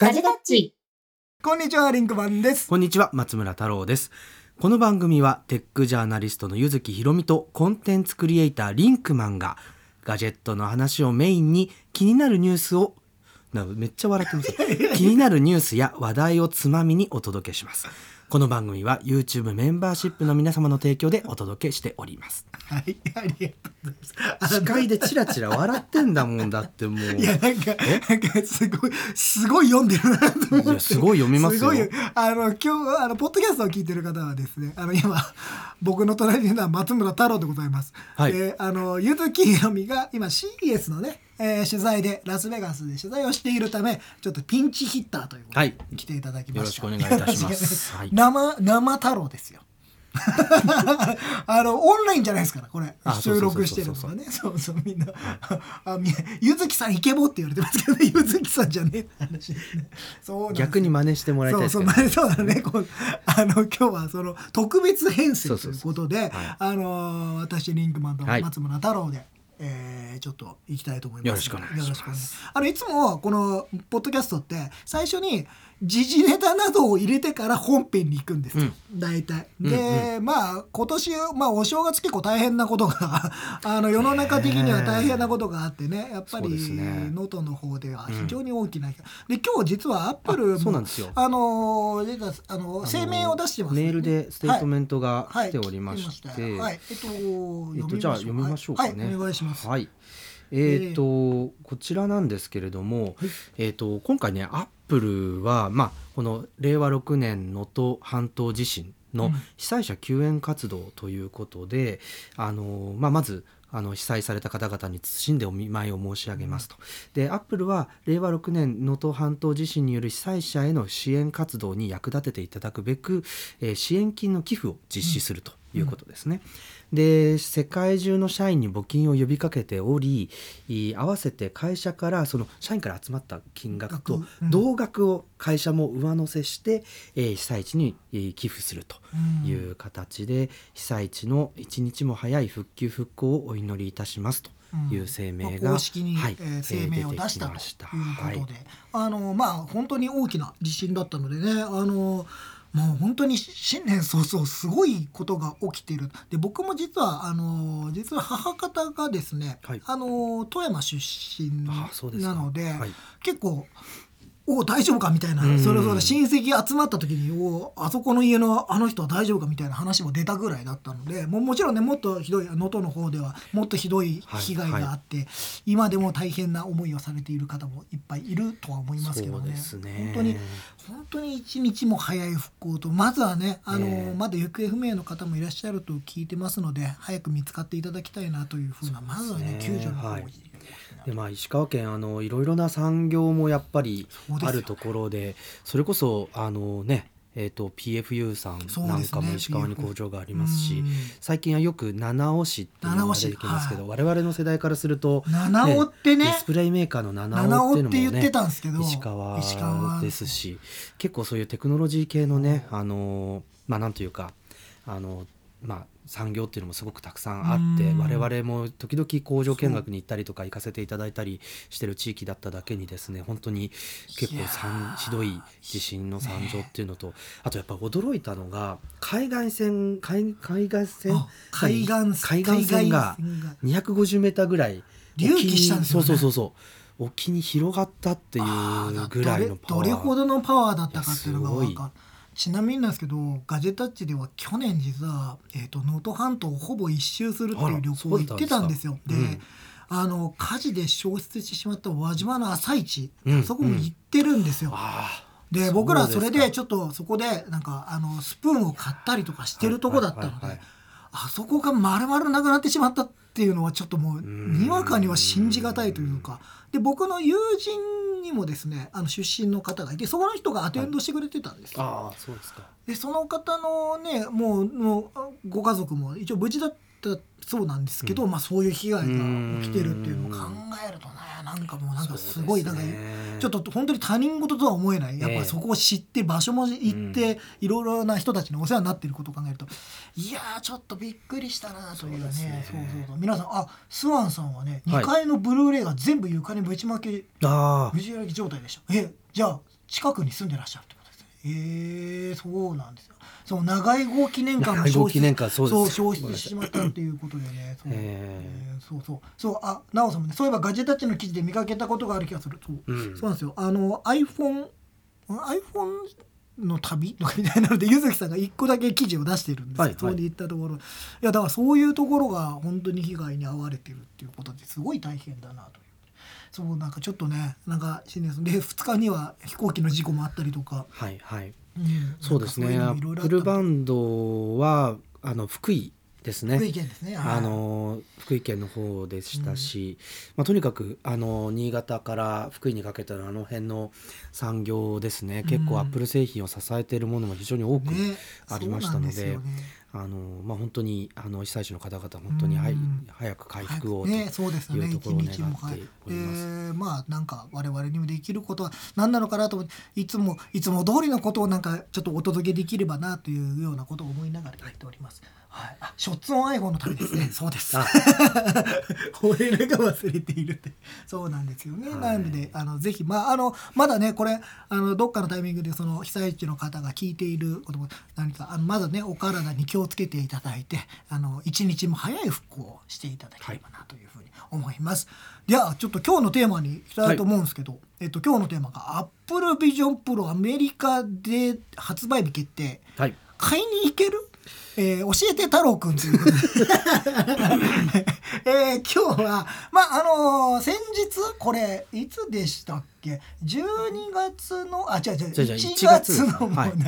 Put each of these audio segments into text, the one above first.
ガジェタッチ。 こんにちは、リンクマンです。 こんにちは、松村太郎です。この番組はテックジャーナリストの柚木ひろみとコンテンツクリエイターリンクマンがガジェットの話をメインに気になるニュースをめっちゃ笑ってます気になるニュースや話題をつまみにお届けします。この番組は YouTube メンバーシップの皆様の提供でお届けしております。 はい、ありがとうございます。 司会でチラチラ笑ってんだもん。だってもういやなんかすごい読んでるなと思って。 いやすごい読みますよ。 すごい今日ポッドキャストを聞いてる方はですね、今僕の隣にいるのは松村太郎でございます。 はい。 柚木ひろみが今 CES のね、取材でラスベガスで取材をしているためちょっとピンチヒッターということで来ていただきました。 よろしくお願いいたします。はい、 生太郎ですよ。オンラインじゃないですからこれ収録してるのがね。そうみんな柚木さんイケボって言われてますけどね、柚木さんじゃねえって話ですね。そうなんです。 逆に真似してもらいたいですけど、ね、 そうだね。今日はその特別編成ということで、私リンクマンと松村太郎で、ちょっと行きたいと思います。 よろしくお願いします。 いつもこのポッドキャストって最初に時事ネタなどを入れてから本編に行くんですよ、大体で、今年、お正月結構大変なことが世の中的には大変なことがあってね、やっぱり能登の方では非常に大きな、で今日実はアップルもそうなんですよ。 声明を出してます、ね、 メールでステートメントが来ておりまして、じゃあ読みましょうかね。 お願いします。 はい。こちらなんですけれども、今回ねアップルは、この令和6年能登半島地震の被災者救援活動ということで、まず被災された方々に謹んでお見舞いを申し上げますと。でアップルは令和6年能登半島地震による被災者への支援活動に役立てていただくべく、支援金の寄付を実施するということですね。で世界中の社員に募金を呼びかけており、合わせて会社からその社員から集まった金額と同額を会社も上乗せして、被災地に寄付するという形で、被災地の一日も早い復旧復興をお祈りいたしますという声明が、 公式に、声明を出したということで、本当に大きな地震だったのでね、もう本当に新年早々すごいことが起きている。で僕も実は母方がですね、富山出身なので、結構大丈夫かみたいな、それぞれ親戚集まった時にあそこの家のあの人は大丈夫かみたいな話も出たぐらいだったので、もちろんねもっとひどい能登の方ではもっとひどい被害があって、今でも大変な思いをされている方もいっぱいいるとは思いますけどね。本当に一日も早い復興と、まずはねまだ行方不明の方もいらっしゃると聞いてますので、早く見つかっていただきたいなというふうな、まずはね救助の方に。 で石川県いろいろな産業もやっぱりあるところで、それこそPFU さんなんかも石川に工場がありますし、最近はよく七尾市っていうのが出てきますけど、我々の世代からすると七尾ってね、 ディスプレイメーカーの七尾っていうのもね、 言ってたんですけど石川ですし、結構そういうテクノロジー系のねなんというか産業っていうのもすごくたくさんあって、我々も時々工場見学に行ったりとか行かせていただいたりしてる地域だっただけにですね、本当に結構ひどい地震の惨状っていうのと、あとやっぱ驚いたのが海岸線が250メーターぐらい隆起したんですよね。 そう沖に広がったっていうぐらいのパワー、 どれほどのパワーだったかっていうのが分かる。ちなみになんですけど、ガジェタッチでは去年実は能登半島をほぼ一周するっていう旅行行ってたんですよ。で、火事で消失してしまった輪島の朝市、そこも行ってるんですよ。で僕らそれでちょっとそこでなんかスプーンを買ったりとかしてるとこだったので、あそこが丸々なくなってしまったっていうのはちょっともうにわかには信じがたいというか、で僕の友人にもですね出身の方がいて、そこの人がアテンドしてくれてたんですよ。 そうですか。 でその方のねもうご家族も一応無事だっだそうなんですけど、まあ、そういう被害が起きてるっていうのを考えるとね、なんかもうなんかすごいなんかちょっと本当に他人事とは思えない。やっぱそこを知って場所も行っていろいろな人たちにお世話になっていることを考えると、いやーちょっとびっくりしたなというね。そう皆さん、スワンさんはね、2階のブルーレイが全部床にぶちまけ状態でした。じゃあ近くに住んでらっしゃるってことですね。そうなんですよ。そう長井号記念館も消失してしまったっていうことでね。そうなおさんもね、そういえばガジェタッチの記事で見かけたことがある気がする。そうなんですよ。iPhone の旅とかみたいなので柚木さんが1個だけ記事を出してるんですよ。そこで言ったところ、いやだからそういうところが本当に被害に遭われてるっていうことですごい大変だなという。そうなんかちょっとね、なんか新年で2日には飛行機の事故もあったりとか。 そうですね。アップルバンドは福井ですね。 福井県ですね。 福井県の方でしたし、とにかく新潟から福井にかけての辺の産業ですね、結構アップル製品を支えているものも非常に多くありましたので、本当に被災地の方々本当に早く回復をというところを願っております。 なんか我々にもできることは何なのかなと思って、いつも通りのことをなんかちょっとお届けできればなというようなことを思いながらやっております。ショッツオン iPhone の旅ですね。そうです。俺らが忘れているってそうなんですよね。なんでぜひまだねこれどっかのタイミングでその被災地の方が聞いていることも何かまだねお体に気をつけていただいて一日も早い復興をしていただければなというふうに思います。ではちょっと今日のテーマにいきたいと思うんですけど、今日のテーマが Apple Vision Pro アメリカで発売日決定、買いに行ける？教えて太郎くんということで今日は先日これいつでしたっけ、12月の1月の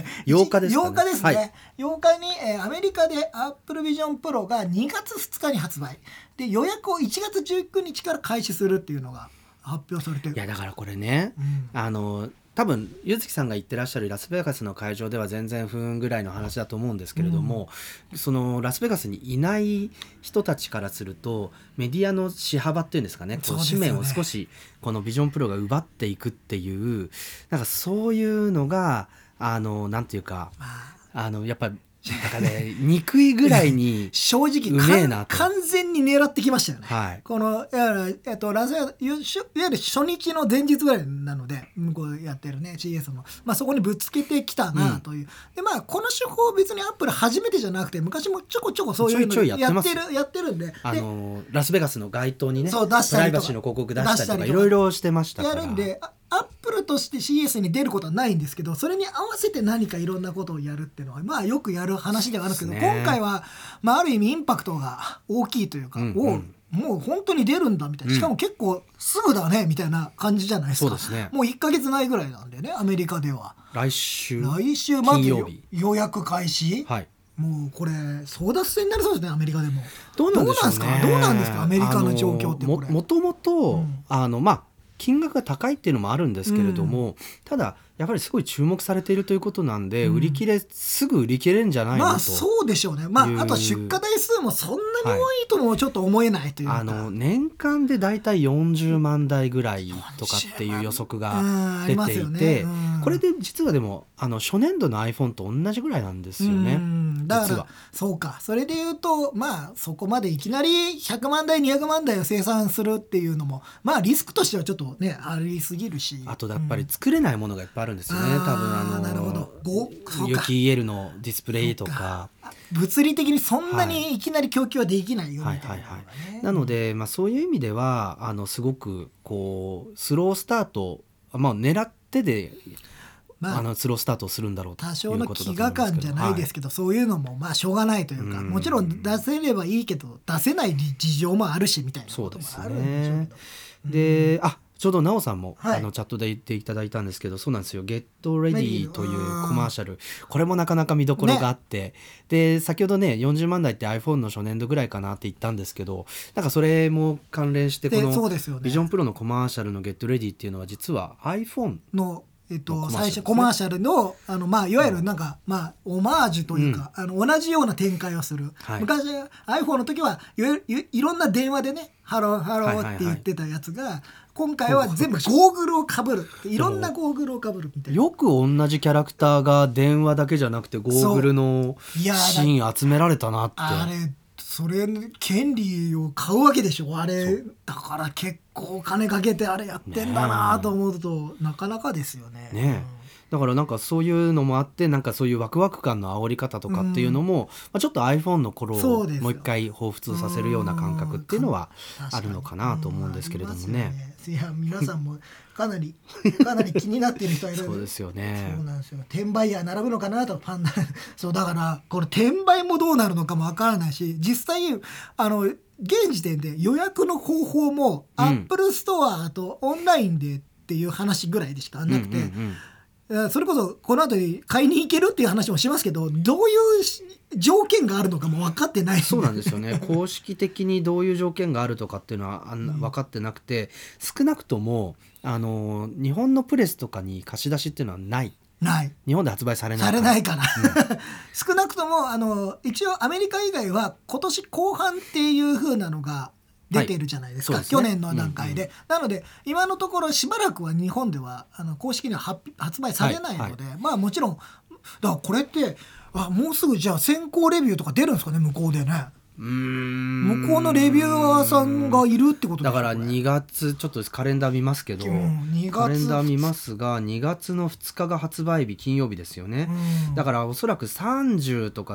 8日ですね。 8日ですね。8日に、アメリカで Apple Vision Pro が2月2日に発売で、予約を1月19日から開始するっていうのが発表されてる。 いやだからこれね、多分柚木さんが言ってらっしゃるラスベガスの会場では全然不運ぐらいの話だと思うんですけれども、そのラスベガスにいない人たちからするとメディアの支幅っていうんですかね、紙面を少しこのビジョンプロが奪っていくっていう、なんかそういうのがなんていうかやっぱりだからね憎いぐらいに正直うめえなと完全に狙ってきましたよね。このラスベガスいわゆる初日の前日ぐらいなので向こうやってるね CS の、そこにぶつけてきたなという、でこの手法別にアップル初めてじゃなくて昔もちょこちょこそういうのやってるんで、 ラスベガスの街頭にねプライバシーの広告出したりとかいろいろしてましたからやるんで、アップルとして CS に出ることはないんですけど、それに合わせて何かいろんなことをやるっていうのはよくやる話ではあるんですけど、今回はある意味インパクトが大きいというか、もう本当に出るんだみたいな、しかも結構すぐだねみたいな感じじゃないですか。もう1ヶ月ないぐらいなんでね、アメリカでは来週金曜日予約開始、もうこれ争奪戦になりそうですね。アメリカでもどうなんですかアメリカの状況って。これもともと金額が高いっていうのもあるんですけれども、ただやっぱりすごい注目されているということなんで、すぐ売り切れるんじゃないのと。 そうでしょうね。あと出荷台数もそんなに多いともちょっと思えないというか、 年間でだいたい40万台ぐらいとかっていう予測が出ていて、これで実はでも初年度の iPhone と同じぐらいなんですよね。 だからそうか、それでいうとそこまでいきなり100万台200万台を生産するっていうのもリスクとしてはちょっとねありすぎるし、 あとやっぱり作れないものがいっぱいあるんですよね。多分なるほど、 有機 EL のディスプレイとか物理的にそんなにいきなり供給はできないよみたいな、 なのでそういう意味ではすごくこうスロースタート狙ってでスロースタートをするんだろうということだと思うんですけど、 多少の飢餓感じゃないですけど、そういうのもしょうがないというか、もちろん出せればいいけど出せない事情もあるしみたいなこともあるんでしょうけど。でちょうどなおさんも、チャットで言っていただいたんですけど、そうなんですよ、ゲットレディというコマーシャル、これもなかなか見どころがあって、で先ほどね40万台って iPhone の初年度ぐらいかなって言ったんですけど、なんかそれも関連してこのビジョンプロのコマーシャルのゲットレディっていうのは実は iPhone の最初コマーシャルのまあ、いわゆるなんか、まあ、オマージュというか、同じような展開をする、昔 iPhone の時はいろんな電話でねハローハローって言ってたやつが、今回は全部ゴーグルをかぶる、いろんなゴーグルをかぶるみたいな。 よく同じキャラクターが電話だけじゃなくてゴーグルのシーン集められたなって。 あれそれ権利を買うわけでしょあれ。だから結構お金かけてあれやってんだなと思うと、なかなかですよね。 ねえ、だからなんかそういうのもあって、なんかそういうワクワク感の煽り方とかっていうのも、ちょっと iPhone の頃をもう一回彷彿させるような感覚っていうのはあるのかなと思うんですけれどもね。 いや皆さんもかなり気になっている人はいるそうですよね。 そうなんですよ。転売ヤー並ぶのかなとパンダそうだからこれ転売もどうなるのかもわからないし、実際現時点で予約の方法も Apple ストアとオンラインでっていう話ぐらいでしかなくて、それこそこの後に買いに行けるっていう話もしますけど、どういう条件があるのかも分かってない。 そうなんですよね。公式的にどういう条件があるとかっていうのは分かってなくて、少なくとも日本のプレスとかに貸し出しっていうのはない。日本で発売されないから、少なくとも一応アメリカ以外は今年後半っていう風なのが出てるじゃないですか、去年の段階で、なので今のところしばらくは日本では公式には発売されないので、まあもちろんだからこれってもうすぐじゃあ先行レビューとか出るんですかね、向こうでね。向こうのレビューアーさんがいるってことだから2月ちょっとカレンダー見ますけど、カレンダー見ますが2月の2日が発売日金曜日ですよね。だからおそらく30とか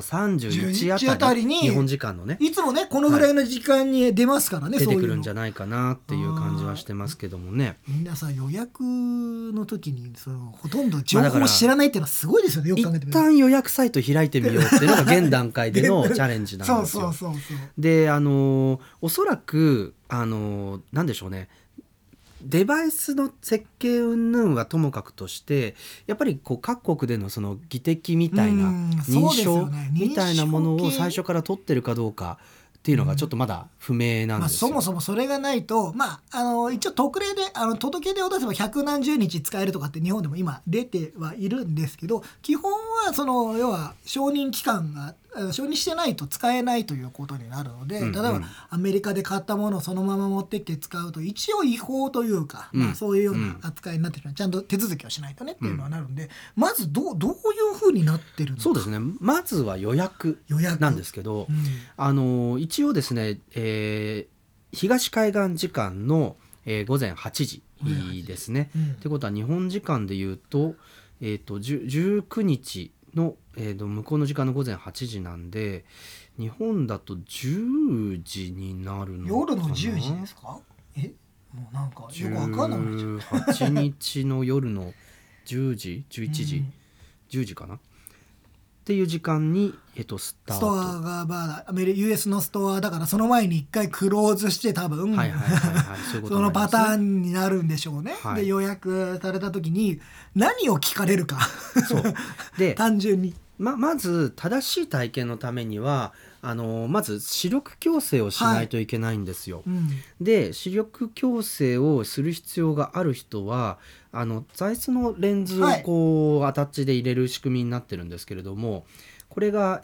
31あたりに日本時間のね、 いつもねこのぐらいの時間に出ますからね、 出てくるんじゃないかなっていう感じはしてますけどもね。 皆さん予約の時にほとんど情報を知らないっていうのはすごいですよね。よく考えてみると一旦予約サイト開いてみようっていうのが現段階でのチャレンジなんですよ。でおそらくなんでしょうね、デバイスの設計云々はともかくとして、やっぱりこう各国でのその技的みたいな認証みたいなものを最初から取ってるかどうかっていうのがちょっとまだ不明なんですよ。 そもそもそれがないと、一応特例で届け出を出せば百何十日使えるとかって日本でも今出てはいるんですけど、基本は要は承認期間が承認してないと使えないということになるので、例えばアメリカで買ったものをそのまま持ってきて使うと一応違法というか、そういうような扱いになってしまう。ちゃんと手続きをしないとねっていうのはなるんで、まずどういうふうになってるのか。 そうですね、まずは予約なんですけど、一応ですね、東海岸時間の、午前8時ですね。ってことは日本時間でいうと、19日の向こうの時間の午前8時なんで、日本だと10時になるのかな。 夜の10時ですか？もうなんかよくわかんない 18日の夜の10時11時、10時かなっていう時間に、スタート。 ストアがUS のストアだから、その前に一回クローズして多分そのパターンになるんでしょうね。で予約された時に何を聞かれるかそうで単純にまず正しい体験のためにはまず視力矯正をしないといけないんですよ。で視力矯正をする必要がある人は座椅子のレンズをこう、アタッチで入れる仕組みになってるんですけれども、これが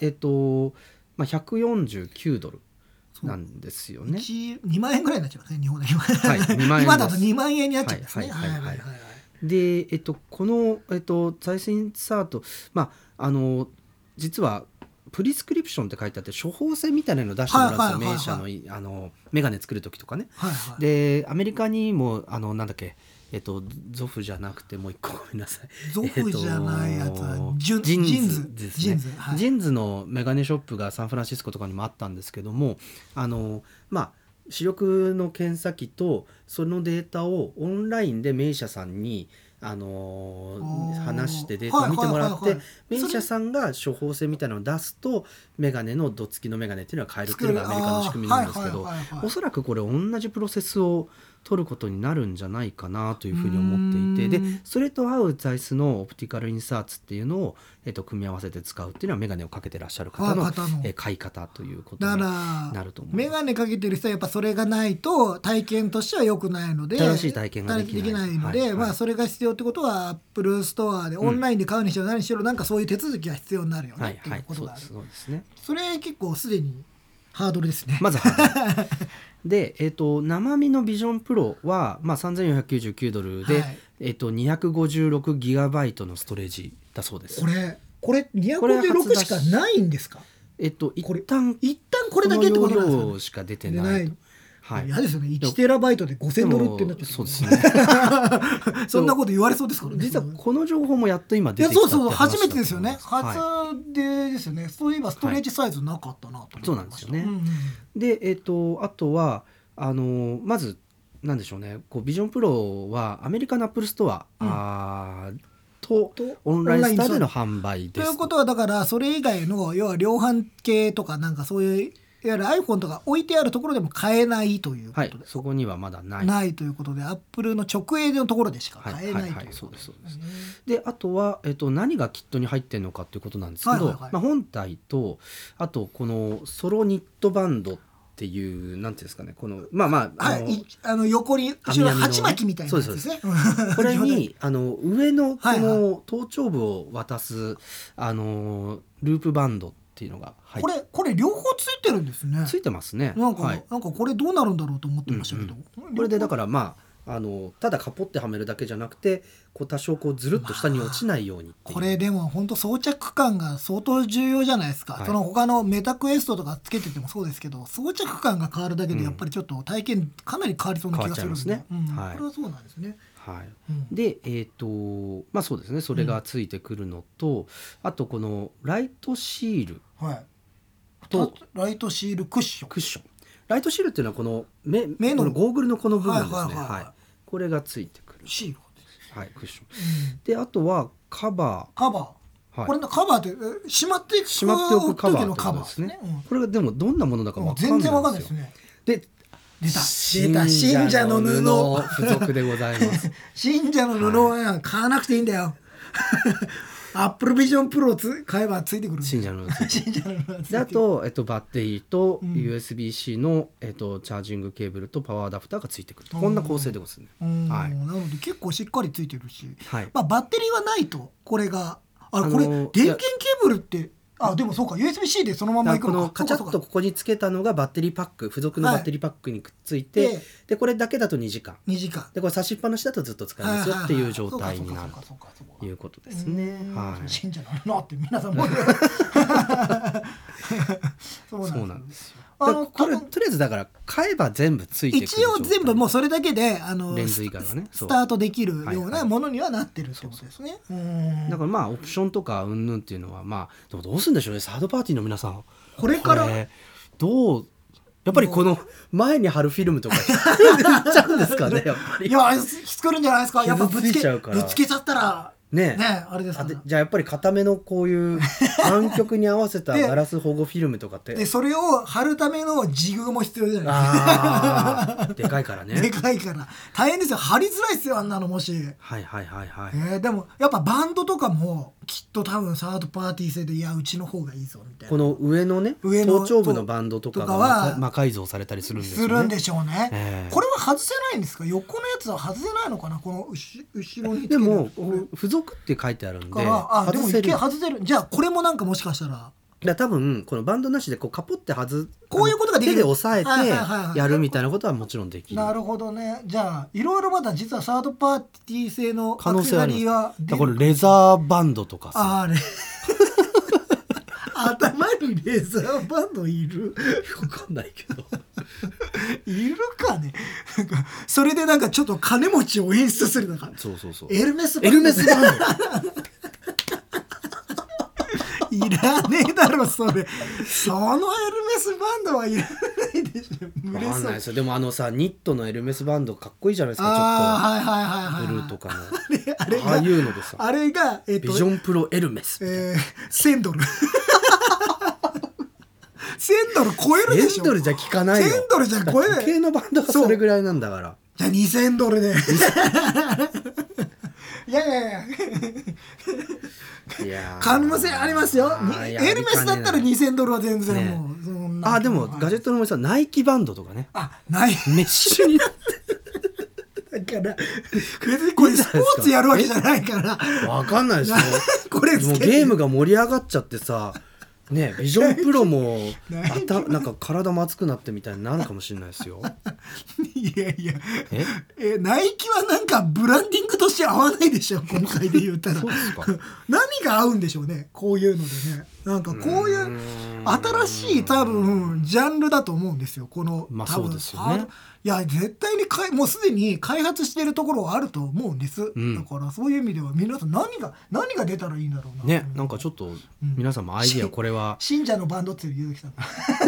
149ドルなんですよね。 2万円ぐらいになっちゃいますね、日本で。 2万円今だと2万円になっちゃいますね。 で、この、座椅子インサート、実はプリスクリプションって書いてあって、処方箋みたいなのを出してもらうんですよ、名車のメガネ作る時とかね。でアメリカにもなんだっけ、ゾフじゃなくてもう一個ごめんなさい、 ゾフじゃないやつはジンズですね。ジンズのメガネショップがサンフランシスコとかにもあったんですけども、視力の検査機とそのデータをオンラインで名車さんに話してデータを見てもらって、名車さんが処方箋みたいなのを出すとメガネの度付きのメガネっていうのが買えるっていうのがアメリカの仕組みなんですけど、おそらくこれ同じプロセスを取ることになるんじゃないかなというふうに思っていて、でそれと合う座椅子のオプティカルインサーツっていうのを、組み合わせて使うっていうのはメガネをかけてらっしゃる方の買い方ということになると思います。 メガネかけてる人はやっぱそれがないと体験としては良くないので、 正しい体験ができないので、それが必要よってことはアップルストアでオンラインで買うにしろ何にしろなんかそういう手続きが必要になるよねっていうことがある。 そうですね。 それ結構すでにハードルですね。 まずハードルで、生身のビジョンプロは、まあ、$3499で、はい、256GB のストレージだそうです。 これ256しかないんですか？ 一旦これだけってことなんですかね。 しか出てないと。 はい、嫌ですよね。1TBで$5000ってなっちゃって、 そうですねそんなこと言われそうですからね。 実はこの情報もやっと今出てきたって話だと思います。 初めてですよね。初ですよね。そういえばストレージサイズなかったなと思いました。 そうなんですよね。で、あとはまずなんでしょうね、こうビジョンプロはアメリカのアップルストア、とオンラインストアでの販売です。 ということはだからそれ以外の要は量販系とかなんかそういういわゆる iPhone とか置いてあるところでも買えないということで、はい、 そこにはまだないということで Apple の直営のところでしか買えないということですね。 であとは、何がキットに入ってるのかということなんですけど、本体とあとこのソロニットバンドっていうなんていうんですかね、この横に後ろ鉢巻きみたいなやつですね。 これに上のこの頭頂部を渡すループバンドっていうのが入って、 これ両方ついてるんですね。 ついてますね。 なんかこれどうなるんだろうと思ってましたけど、 これでだからまあただカポってはめるだけじゃなくてこう多少こうずるっと下に落ちないようにっていう、 これでも本当装着感が相当重要じゃないですか、その他のメタクエストとかつけててもそうですけど装着感が変わるだけでやっぱりちょっと体験かなり変わりそうな気がするんですね。これはそうなんですね。 でまあそうですね、それがついてくるのと、あとこのライトシールと、 ライトシールクッションライトシールっていうのはこの目のゴーグルのこの部分ですね。これがついてくるシールクッション、であとはカバー、 これのカバーってしまっておくカバーってことですね。これがでもどんなものだか分かんないんですよ。 全然分かんないですね。 で出た信者の布付属でございます信者の布は買わなくていいんだよアップルビジョンプロ買えばついてくる。 信者の布であと、バッテリーと USB-C の、チャージングケーブルとパワーアダプターがついてくると、こんな構成でございますね。 なので結構しっかりついてるし、バッテリーはないとこれがこれ電源ケーブルってでもそうか USB-C でそのままいくのか。 このカチャッとここにつけたのがバッテリーパック、付属のバッテリーパックにくっついて、でこれだけだと2時間でこれ差しっぱなしだとずっと使えますよっていう状態になるということですね。 信者なのって皆さんもそうなんですよ。これとりあえずだから買えば全部ついてくる一応全部もうそれだけでレンズ以外はねスタートできるようなものにはなってるってことですね。 だからまあオプションとかうんぬんっていうのはまあでもどうするんでしょうね、サードパーティーの皆さんこれからどうやっぱりこの前に貼るフィルムとか作っちゃうんですかね。やっぱりいや作るんじゃないですか。やっぱぶつけちゃったらねあれですかね。 じゃあやっぱり固めのこういう湾曲に合わせたガラス保護フィルムとかってでそれを貼るためのジグも必要じゃないですか。 でかいからね。 でかいから大変ですよ。貼りづらいですよ、あんなのもし。でもやっぱバンドとかもきっと多分サードパーティー製でうちの方がいいぞみたいな。 この上のね頭頂部のバンドとかが魔改造されたりするんですよね。 するんでしょうね。これは外せないんですか？横のやつは外せないのかな、この後ろに。 でも付属って書いてあるんで外せる。じゃあこれもなんかもしかしたら多分このバンドなしでこうカポってこういうことができる。 手で押さえてやるみたいなことはもちろんできる。 なるほどね。じゃあいろいろまだ実はサードパーティー製のアクセサリーが出る。 これレザーバンドとかさ頭にレザーバンドいる？ 分かんないけどいるかね。なんかそれでなんかちょっと金持ちを演出するのか。 そうエルメスバンドいらねえだろそれ。そのエルメスバンドはいらないでしょ。 分かんないですよ。でもニットのエルメスバンドかっこいいじゃないですか。ちょっとブルーとかのああいうのでさ、 あれがビジョンプロエルメス 1000ドル1000ドル超えるでしょ。 1000ドルじゃ効かないよ。 1000ドルじゃ超えない。 時計のバンドがそれぐらいなんだから。 じゃあ2000ドルでいや可能性ありますよ。エルメスだったら2000ドルは全然もう、そんな。 でもガジェットの森さんナイキバンドとかね。 ナイキメッシュになってから別にこれスポーツやるわけじゃないからわかんないですよこれもうゲームが盛り上がっちゃってさね、ビジョンプロもなんか体も熱くなってみたいになるかもしれないですよいやいやナイキはなんかブランディングとして合わないでしょ今回で言うたらそうですか何が合うんでしょうねこういうのでねなんかこういう新しい多分ジャンルだと思うんですよこのまあ多分そうですよねいや絶対にもうすでに開発しているところはあると思うんです、だからそういう意味では皆さん何が出たらいいんだろうなねなんかちょっと皆さんもアイディアこれは信者のバンドっていうゆずきさん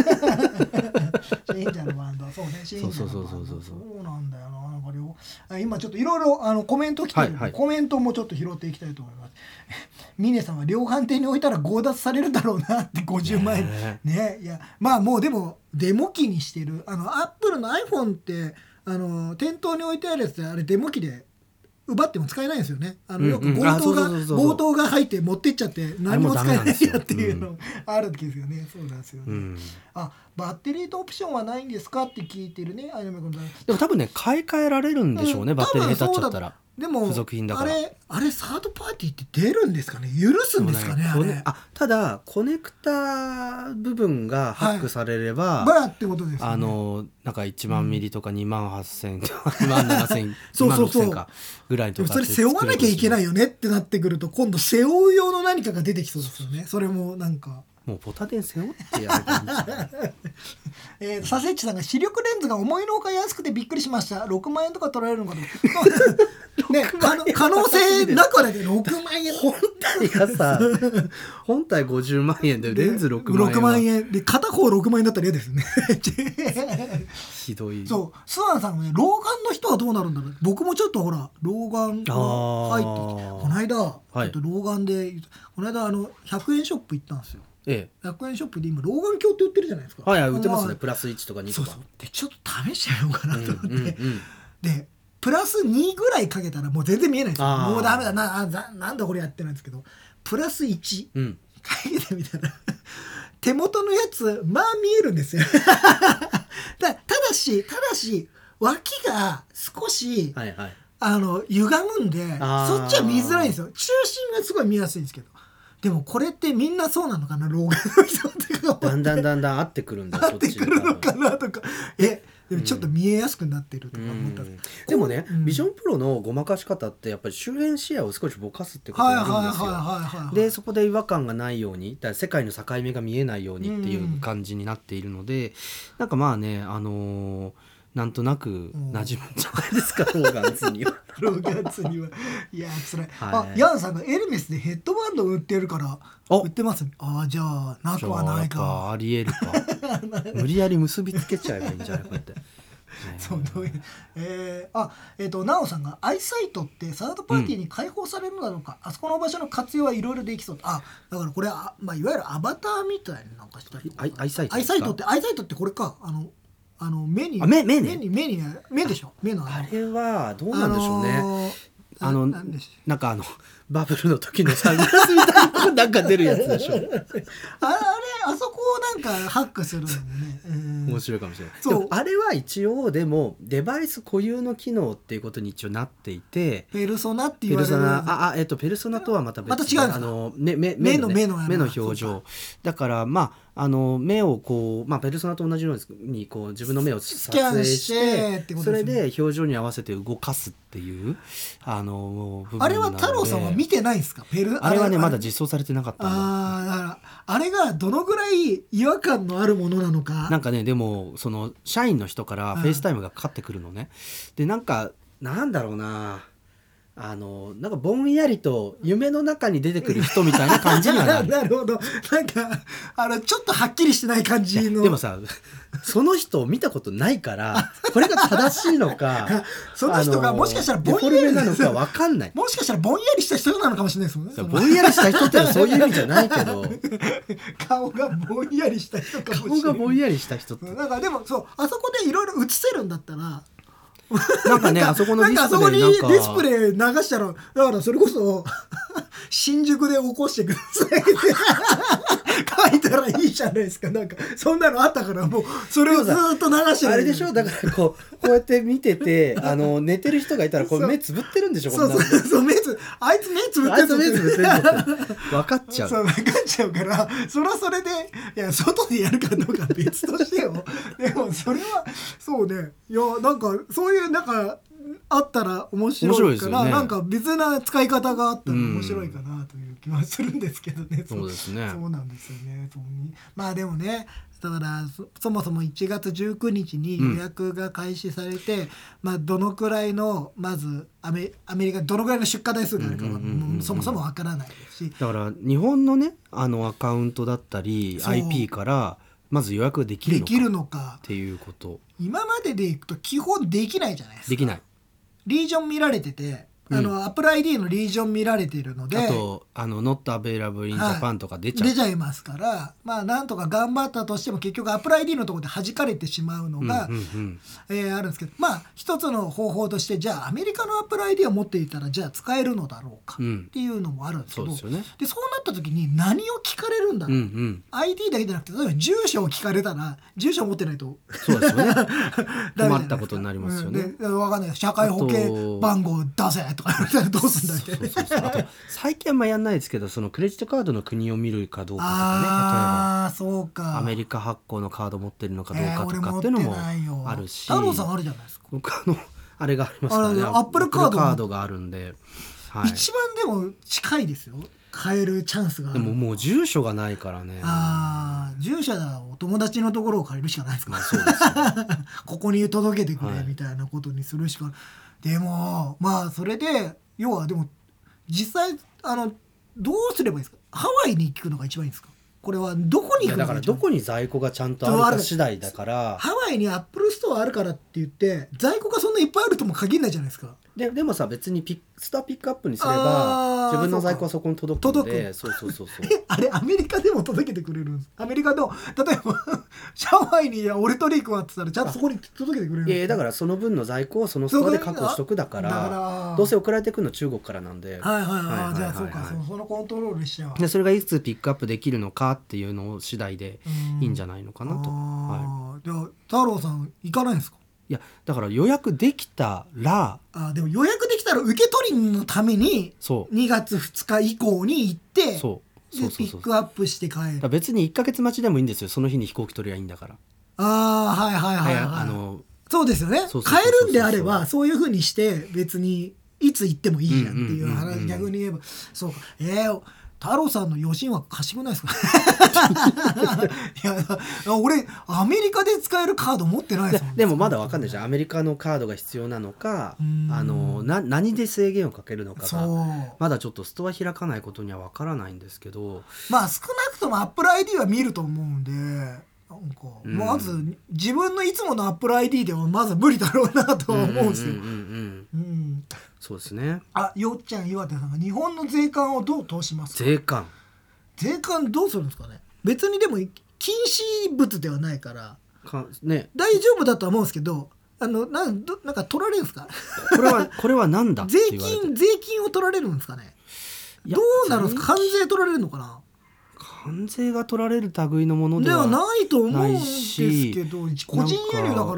信者のバンドそうね信者のバンドそうなんだよななんか今ちょっといろいろコメント来てるので、コメントもちょっと拾っていきたいと思います峰さんは量販店に置いたら強奪されるだろうなって50万円ねいやまあもうでもデモ機にしてるアップルの iPhone って店頭に置いてあるやつであれデモ機で奪っても使えないんですよねよく強盗が入って持ってっちゃって何も使えないやっていうのあるんですよね、そうなんですよね、バッテリーとオプションはないんですかって聞いてるねでも多分ね買い替えられるんでしょうね、バッテリー下手っちゃったらでも付属品だからあれサードパーティーって出るんですかね許すんですかねあれただコネクタ部分がハックされれば、 ってことですよねなんか1万ミリとか2万80002万7000 2万6000かぐらいとかそれ背負わなきゃいけないよねってなってくると今度背負う用の何かが出てきそうですよねそれもなんかもうポタデン背負ってやる感じサセッチさんが視力レンズが思いのほか安くてびっくりしました6万円とか取られるのかとね可能性なくはないけど6万円本体がさ本体50万円でレンズ6万円で片方6万円だったら嫌ですよねひどいそうスワンさんがね老眼の人はどうなるんだろう僕もちょっとほら老眼が入ってきてこの間、ちょっと老眼でこの間100円ショップ行ったんですよ100円ショップで今老眼鏡って売ってるじゃないですか売ってますねプラス1とか2とかそうでちょっと試してみようかなと思ってでプラス2ぐらいかけたらもう全然見えないんですよもうダメだなんだこれやってないんですけどプラス1、かけてみたら手元のやつまあ見えるんですよただし脇が少し、歪むんでそっちは見づらいんですよ中心がすごい見やすいんですけどでもこれってみんなそうなのかな老眼の人ってだんだん合ってくるんだ合ってくるのかなとかでもちょっと見えやすくなってるとか思ったでもね、ビジョンプロのごまかし方ってやっぱり周辺視野を少しぼかすってことなんですよでそこで違和感がないようにだから世界の境目が見えないようにっていう感じになっているので、なんかまあねなんとなく馴染むんじゃないですか、ローガンズには。 ローガンズには。いや、つらい。ヤンさんがエルメスでヘッドバンド売ってるから、売ってます。じゃあ、なくはないか。 ありえるか。無理やり結びつけちゃえばいいんじゃないかって。 そうどういうなおさんがアイサイトってサードパーティーに開放されるのだろうか、あそこの場所の活用はいろいろできそう。だからこれは、いわゆるアバターみたいななんかしたりとか。 アイサイトってこれか目に目でしょ。目のあれはどうなんでしょうね。なんかバブルの時のサングラスみたいななんか出るやつでしょ。 あそこをなんかハックするのもね、 面白いかもしれない。でもあれは一応でもデバイス固有の機能っていうことに一応なっていて、 ペルソナって言われるペルソナとはまた別で、また違うんですか。 目の表情だから目をこうペルソナと同じようにこう自分の目を撮影してそれで表情に合わせて動かすっていう部分あれは太郎さんは見てないんですか。 あれはねまだ実装されてなかったんだ。 だからあれがどのぐらい違和感のあるものなのか。 なんかねでもその社員の人からフェイスタイムがかかってくるのね。でなんだろうな。なんかぼんやりと夢の中に出てくる人みたいな感じにはなる。 なるほど。なんかちょっとはっきりしてない感じの。 でもさその人を見たことないからこれが正しいのかその人がもしかしたらぼんやりなのか分かんない。 もしかしたらぼんやりした人なのかもしれないですもんね。 ぼんやりした人ってそういう意味じゃないけど顔がぼんやりした人かもしれない。 顔がぼんやりした人ってなんかでもあそこでいろいろ映せるんだったらなんかねあそこのディスプレイディスプレイ流したらだからそれこそ新宿で起こしてくださいいたらいいじゃないですか。なんかそんなのあったからもうそれをずっと流してる。 あれでしょ、だからこうやって見てて寝てる人がいたらこれ目つぶってるんでしょ。 そうあいつ目つぶってるって分かっちゃう。 そう分かっちゃうから、それはそれで、いや外でやるかどうか別としてよ。でもそれはそうね、いやなんかそういうなんかあったら面白いから、なんか別な使い方があったら面白いかなという気はするんですけどね。 そうですね。 そうなんですよね。まあでもね、だからそもそも1月19日に予約が開始されて、まあどのくらいのまずアメリカどのくらいの出荷台数があるかはそもそもわからないですし、 だから日本のねアカウントだったり IP からまず予約ができるのかっていうこと。 今まででいくと基本できないじゃないですか。 できない。 リージョン見られてて、Apple ID のリージョン見られているので、 あとNot available in Japan とか出ちゃいますから、まあなんとか頑張ったとしても結局 Apple ID のところで弾かれてしまうのが、あるんですけど、まあ一つの方法として、じゃあアメリカの Apple ID を持っていたらじゃあ使えるのだろうかっていうのもあるんですけど、そうなった時に何を聞かれるんだろう、ID だけじゃなくて例えば住所を聞かれたら住所を持ってないとそうですよね困ったことになりますよね。 分かんない、社会保険番号出せとか言われたらどうすんだみたいな。 あと最近はまあやんないですけど、そのクレジットカードの国を見るかどうかとかね、例えばそうか、 アメリカ発行のカード持ってるのかどうかとかっていうのもあるし、 太郎さんあるじゃないですか。 僕あれがありますからね、 アップルカードがあるんで、 一番でも近いですよ、買えるチャンスがある。 でももう住所がないからね。 住所だ、お友達のところを借りるしかないですから、 そうですここに届けてくれみたいなことにするしか、でもまあそれで要はでも実際どうすればいいですか。ハワイに行くのが一番いいんですか。これはどこに行くのが一番いい。 だからどこに在庫がちゃんとあるか次第だから。 ハワイにアップルストアあるからって言って在庫がそんないっぱいあるとも限らないじゃないですか。 でもさ、別にストアピックアップにすれば自分の在庫はそこに届くので、そうあれアメリカでも届けてくれるんです。アメリカでも例えばハワイに俺取り行くわって言ったらちゃんとそこに届けてくれるんです。 だからその分の在庫をそのストアで確保しとくだからどうせ送られてくるの中国からなんで、 じゃあそうか、そのコントロールしちゃう。 でそれがいつピックアップできるのかっていうのを次第でいいんじゃないのかなと。 じゃあ太郎さん行かないんですか。 いやだから予約できたらでも予約できたら受け取りのために2月2日以降に行ってピックアップして帰る。 別に1ヶ月待ちでもいいんですよ。その日に飛行機取りゃいいんだから。 そうですよね。帰るんであればそういう風にして別にいつ行ってもいいじゃんっていう話。逆に言えばそうか。太郎さんの余震は賢くないですか。いや俺アメリカで使えるカード持ってないですもん。 でもまだ分かんないじゃん。アメリカのカードが必要なのか何で制限をかけるのかがまだちょっとストア開かないことには分からないんですけど、 まあ少なくとも Apple ID は見ると思うんで、なんかまず自分のいつもの Apple ID ではまず無理だろうなとは思うんですよ。 そうですね。 よっちゃん岩手さんが日本の税関をどう通しますか。税関どうするんですかね。別にでも禁止物ではないから大丈夫だとは思うんですけど、なんか取られるんですか。 これはなんだって言われて税金を取られるんですかね。どうなるんですか。関税取られるのかな。 関税が取られる類のものではないと思うんですけど、個人輸入だから。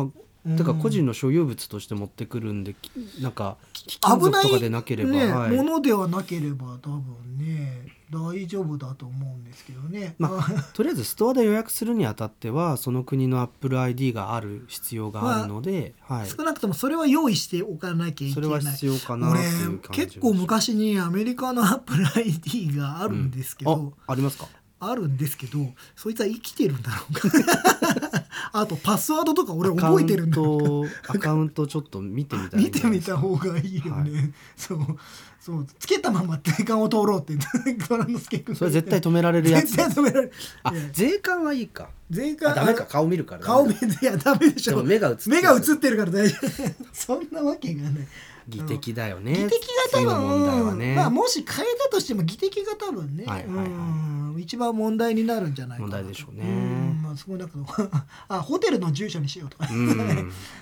だから個人の所有物として持ってくるんで、なんか貴金属とかでなければ、 ものではなければ多分ね大丈夫だと思うんですけどね。 とりあえずストアで予約するにあたってはその国の Apple ID がある必要があるので、 少なくともそれは用意しておかなきゃいけない。 それは必要かなっていう感じ。 結構昔にアメリカの Apple ID があるんですけど、 ありますか。 あるんですけど、そいつは生きてるんだろうか。あとパスワードとか俺覚えてるんだろうか。 アカウントちょっと見てみたい。 見てみた方がいいよね。そうつけたまま税関を通ろうって虎之助君。 それ絶対止められるやつ。 絶対止められる。 税関はいいか。 税関ダメか。顔見るから。 顔見る。いやダメでしょ。 でも目が映ってるから大丈夫。そんなわけがない。 技的だよね。 技的が多分問題はね。 もし変えたとしても技的が多分ね、一番問題になるんじゃないかな。 問題でしょうね。 すごいだけどホテルの住所にしようとか。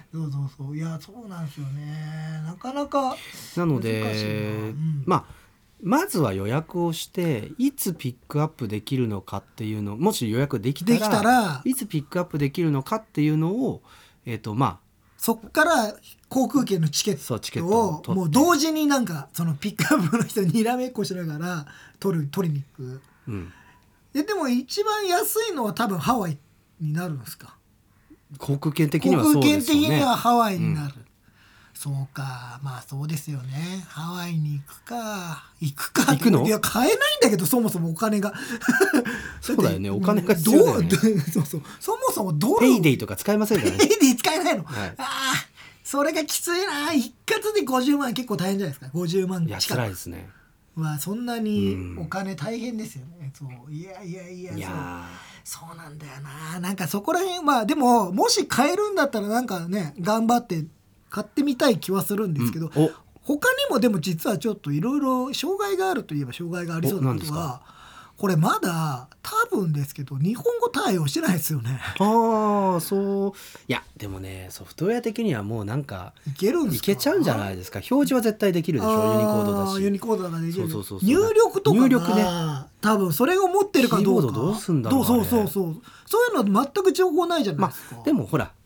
そういやそうなんですよね。なかなかなのでまずは予約をしていつピックアップできるのかっていうの、もし予約できたらいつピックアップできるのかっていうのをそっから航空券のチケットをもう同時になんかそのピックアップの人にらめっこしながら取りに行く、でも一番安いのは多分ハワイになるんですか？ 航空券的にはそうですよね。 航空券的にはハワイになる、そうか、まあそうですよね。ハワイに行くか行くの？ いや買えないんだけど、そもそもお金がそうだよね、お金が必要だよね。 そもそもドルペイデイとか使えませんからね。 ペイデイ使えないの、 はい、 それがきついな。一括で50万結構大変じゃないですか。50万近く。 いや辛いですね。 そんなにお金大変ですよね。そういやそうなんだよな。なんかそこら辺でももし買えるんだったらなんかね頑張って買ってみたい気はするんですけど、他にもでも実はちょっといろいろ障害があるといえば障害がありそうなことは、これまだ多分ですけど日本語対応してないですよね。 そういやでもね、ソフトウェア的にはもうなんかいけるんですか？ いけちゃうんじゃないですか。表示は絶対できるでしょ。ユニコードだし。 ユニコードができる。 そう入力とか入力ね、 多分それを持ってるかどうか。 キーボードどうすんだろう。 そういうの全く情報ないじゃないですか。 でもほら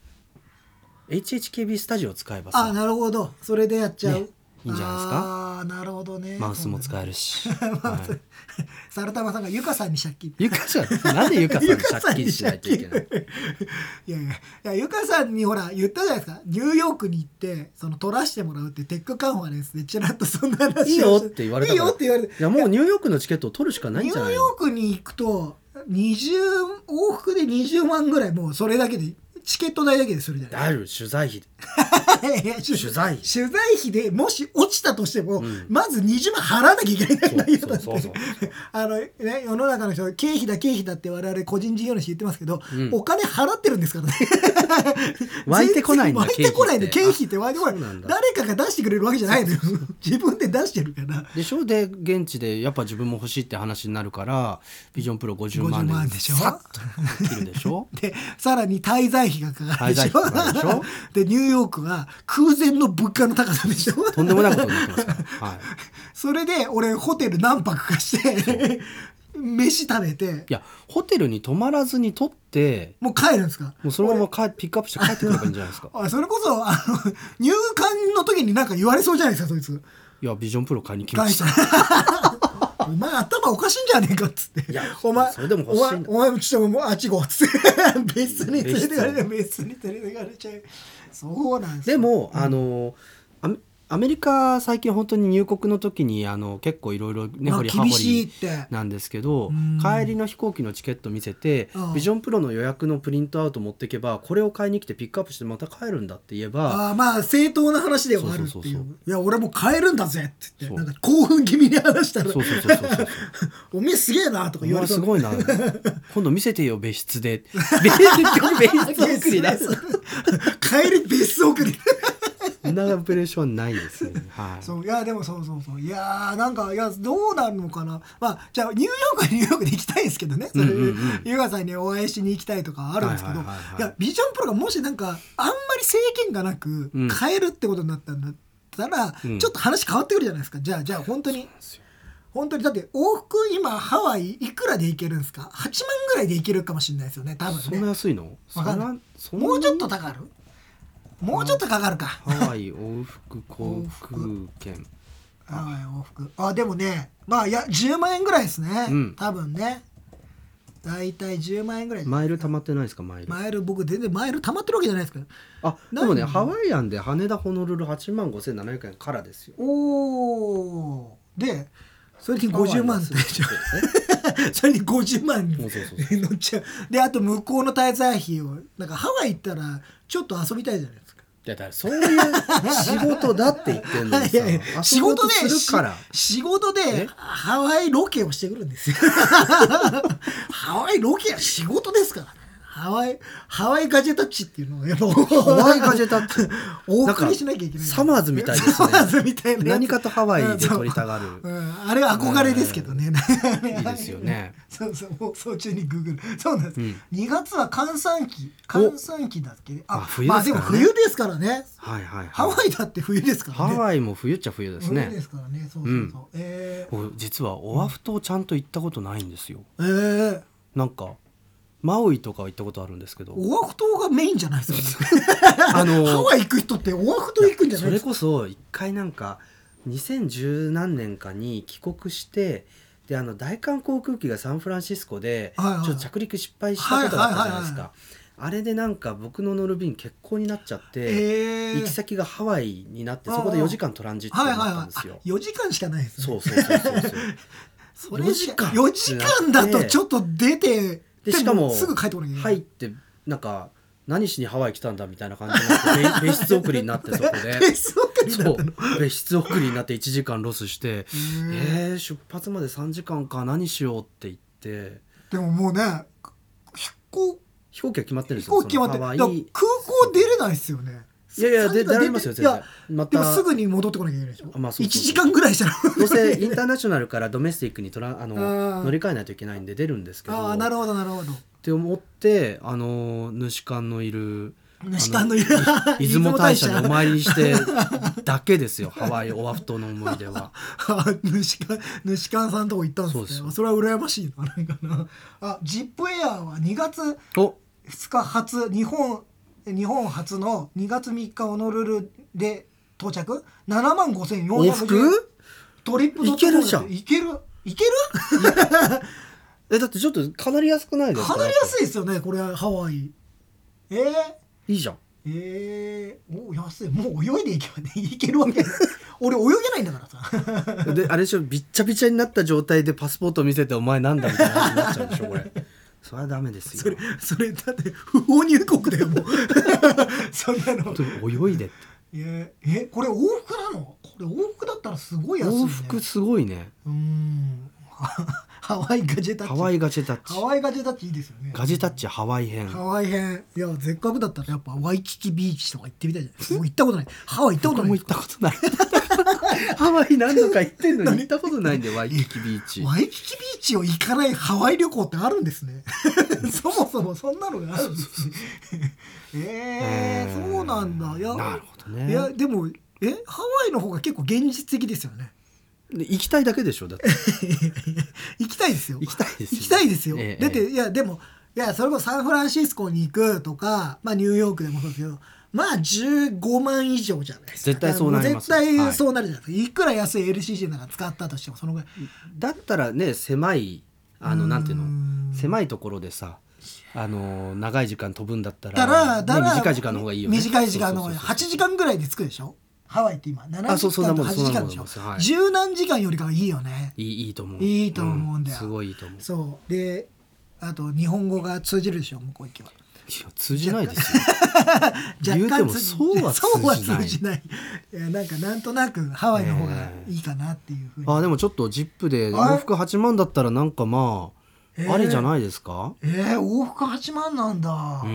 HHKB スタジオ使えばさ、 なるほど、それでやっちゃう、 いいんじゃないですか。 なるほどね。 マウスも使えるし、 サルタマさんがゆかさんに借金。 ゆかさんなんでゆかさんに借金しないといけない。 いやゆかさんにほら言ったじゃないですか。ニューヨークに行ってその取らせてもらうってテックカンファレンスでちらっとそんな話をいいよって言われたから。 いいよって言われて。 いやもうニューヨークのチケットを取るしかないんじゃないの。 ニューヨークに行くと往復で20万ぐらい、もうそれだけでチケット代だけでするじゃないですか。 取材費で取材費でもし落ちたとしても、まず20万払わなきゃいけないんだよ。世の中の人経費だって我々個人事業主言ってますけど、お金払ってるんですからね。 湧いてこないんだ。 湧いてこないんだ。経費って湧いてこない。誰かが出してくれるわけじゃないのよ。自分で出してるからでしょ。で現地でやっぱ自分も欲しいって話になるからビジョンプロ50万でしょ。 さっと切るでしょ。 でさらに滞在費がかかるでしょ。でニューヨークは空前の物価の高さでしょ。 とんでもないことになってますから、はい、 それで俺ホテル何泊かして飯食べて、 いやホテルに泊まらずに取ってもう帰るんですか。 もうそのままピックアップして帰ってくればいいんじゃないですか。 それこそ入館の時に何か言われそうじゃないですかそいつ。 いやビジョンプロ買いに来ました。 お前頭おかしいんじゃねえかっつって。いやお前それでも欲しいんだ。 お前もちょっともうあっち行こうっつって別に連れてかれちゃう。そうなんですよ。 でもアメリカ最近本当に入国の時に結構いろいろ根掘り葉掘りなんですけど、帰りの飛行機のチケット見せてビジョンプロの予約のプリントアウト持ってけばこれを買いに来てピックアップしてまた帰るんだって言えば、 まあ正当な話ではあるっていう。いや俺も買えるんだぜって言ってなんか興奮気味に話したらおめえすげえなとか言われて、 すごいな今度見せてよ別室で別室送り出す帰り別室送りそんなオペレーションないですね。はい。 いやでもそういやなんかどうなるのかな。じゃあニューヨークで行きたいんですけどね。ゆがさんにお会いしに行きたいとかあるんですけど、いやビジョンプロがもしなんかあんまり制限がなく買えるってことになったんだったら、ちょっと話変わってくるじゃないですか。じゃあ本当にだって往復今ハワイいくらで行けるんですか。8万ぐらいで行けるかもしれないですよね多分ね。 そんな安いの？ もうちょっと高る？もうちょっとかかるか。 ハワイ往復航空券。 ハワイ往復。でもね、10万円ぐらいですね。多分ね。だいたい10万円ぐらい。 マイル溜まってないですか？マイル僕全然マイル溜まってるわけじゃないですけど。 でもねハワイアンで羽田ホノルル8万5700円からですよ。 でそれに50万それに50万乗っちゃう。であと向こうの滞在費をなんかハワイ行ったらちょっと遊びたいじゃないですか。 いやだからそういう仕事だって言ってんのにさ仕事でハワイロケをしてくるんですよ。ハワイロケは仕事ですからね。 ハワイガジェタッチっていうのをやっぱハワイガジェタッチお送りしなきゃいけない。 サマーズみたいですね。 サマーズみたいな何かとハワイで撮りたがる、 あれは憧れですけどね、 いいですよね。 そう放送中にグーグル。そうなんです、2月は閑散期だっけ。 冬ですからね。 でも冬ですからね。 はいはいはい、 ハワイだって冬ですからね。 ハワイも冬っちゃ冬ですね。 冬ですからね。そう、 実はオアフ島ちゃんと行ったことないんですよ。なんかマウイとかは行ったことあるんですけど、 オアフ島がメインじゃないですか、ね、ハワイ行く人ってオアフ島行くんじゃないですか。 それこそ一回なんか2010何年かに帰国して、で大韓航空機がサンフランシスコでちょっと着陸失敗したことがあったじゃないですか。あれでなんか僕の乗る便欠航になっちゃって、行き先がハワイになって、そこで4時間トランジットになったんですよ。 4時間しかないですね。 そうそれ4時間だとちょっと出て、 でしかもすぐ帰ってこなきゃいけない。 入ってなんか何しにハワイ来たんだみたいな感じになって別室送りになって、そこで別室送りになって1時間ロスして、出発まで3時間か、何しようって言って。でももうね、 飛行機は決まってるんですよ。 飛行機決まってる。空港出れないですよね。 いや出られますよ全然。 でもすぐに戻ってこなきゃいけないでしょ。 1 時間ぐらいしたらどうせインターナショナルからドメスティックに乗り換えないといけないんで出るんですけど。 なるほどって思って、主館のいる出雲大社にお参りしてだけですよハワイオアフ島の思い出は。 主館さんとこ行ったんですね。それは羨ましいな。なんかな。ジップエアーは2月2日初、日本初の2月3日ホノルルで到着、75,410円。往復トリップいけるじゃん。 いけるだってちょっとかなり安くないですか。 かなり安いですよねこれハワイ。 いいじゃん。 安い。もう泳いでいけばねいけるわけ俺泳げないんだからさであれでしょ、びっちゃびちゃになった状態でパスポート見せてお前なんだみたいな話になっちゃうでしょこれ。それはダメですよ。 それだって不法入国だよもうそんなの泳いでって。 これ往復なの。これ往復だったらすごい安いね。 往復すごいね。 ハワイガジェタッチ。ハワイガジェタッチいいですよね。 ガジェタッチハワイ編。 いやせっかくだったらやっぱワイキキビーチとか行ってみたいじゃないですか。もう行ったことない。ハワイ行ったことない。 もう行ったことないハワイ何度か行ってんのに行ったことないんでワイキキビーチ。 ワイキキビーチを行かないハワイ旅行ってあるんですねそもそもそんなのがあるんですね。そうなんだ。なるほどね。 いやでもハワイの方が結構現実的ですよね。 行きたいだけでしょだって行きたいですよ。 行きたいですよ。 だってでもそれこそサンフランシスコに行くとか、ニューヨークでもそうですけど、15万以上じゃないですか。 絶対そうなります。 絶対そうなるじゃないですか。いくら安い LCC なんか使ったとしてもそのぐらいだったらね、狭いなんていうの、狭いところでさ、長い時間飛ぶんだったら、短い時間の方がいいよね。 短い時間の方が8時間ぐらいで着くでしょ。ハワイって今7時間と8時間でしょ。十何時間よりかはいいよね。 いいと思う。 いいと思うんだよ。 すごいいいと思う。 そうで、あと日本語が通じるでしょ向こう行けば。 いや通じないですよ言うてもそうは通じない。 なんとなくハワイの方がいいかなっていうふうに。 でもちょっとジップで往復8万だったらなんかありじゃないですか。 往復8万なんだ。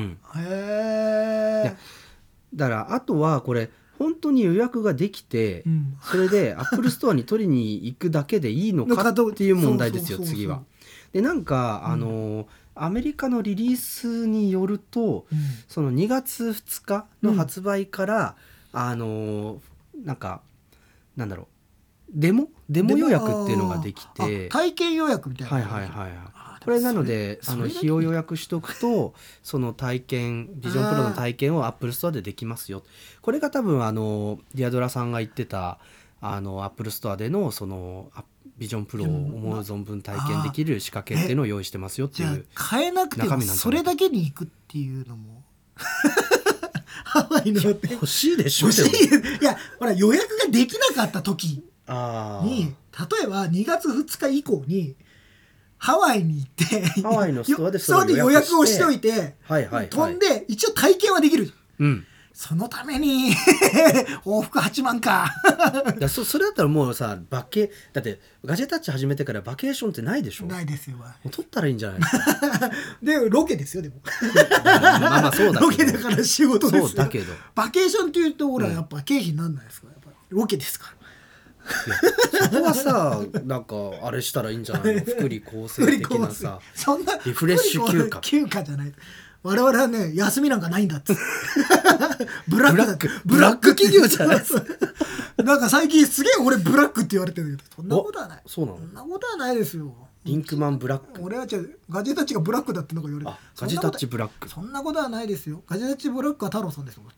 だからあとはこれ本当に予約ができて、それでアップルストアに取りに行くだけでいいのかっていう問題ですよ次は。でなんかアメリカのリリースによると、その2月2日の発売から、なんかなんだろうデモ予約っていうのができて、 体験予約みたいな。 これなので日を予約しとくとその体験ビジョンプロの体験をアップルストアでできますよ。これが多分ディアドラさんが言ってたアップルストアでのそのビジョンプロを思う存分体験できる仕掛けっていうのを用意してますよっていう。 じゃあ買えなくてもそれだけに行くっていうのもハワイの欲しいでしょ。 いやほら予約ができなかった時に例えば2月2日以降にハワイに行ってハワイのストアで予約をしておいて飛んで一応体験はできる。 そのために往復8万かいやそれだったらもうさだってガジェタッチ始めてからバケーションってないでしょ。 ないですよ。 もう取ったらいいんじゃないですかでロケですよでもまあそうだけどロケだから仕事ですよ。 そうだけどバケーションっていうとほらやっぱ経費にならないですか。やっぱロケですから 。そこはさなんかあれしたらいいんじゃないの。福利厚生的なさそんなリフレッシュ休暇じゃない。我々はね休みなんかないんだってブラック企業じゃないですかなんか最近すげえ俺ブラックって言われてるけどそんなことはない。 そうなの。 そんなことはないですよ。 リンクマンブラック。 俺はガジェタッチがブラックだってのが言われて。 ガジェタッチブラック。 そんなことはないですよ。ガジェタッチブラックは太郎さんですよ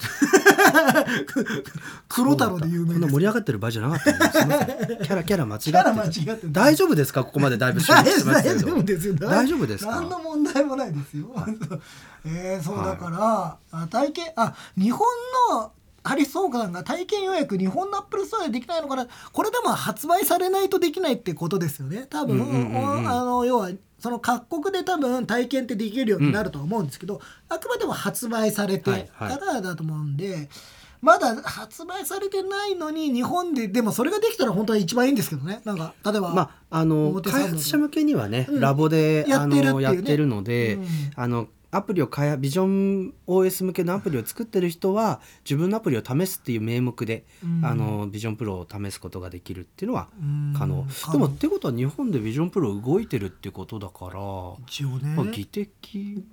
黒太郎で有名です。 こんな盛り上がってる場合じゃなかったんです。すみません。キャラ間違って大丈夫ですか。ここまでだいぶ収録してますけど。大丈夫ですか。 何の問題もないですよそうだから体験日本のハリス・ホークさんが体験予約日本のアップルストアでできないのかな。これでも発売されないとできないってことですよね多分。要はその各国で多分体験ってできるようになるとは思うんですけど、あくまでも発売されてからだと思うんで、まだ発売されてないのに日本ででもそれができたら本当は一番いいんですけどね。なんか例えば、 開発者向けにはね、ラボでやってるので、アプリをビジョン OS 向けのアプリを作ってる人は自分のアプリを試すっていう名目で、ビジョンプロを試すことができるっていうのは可能。でもってことは日本でビジョンプロ動いてるってことだから一応ね、 技的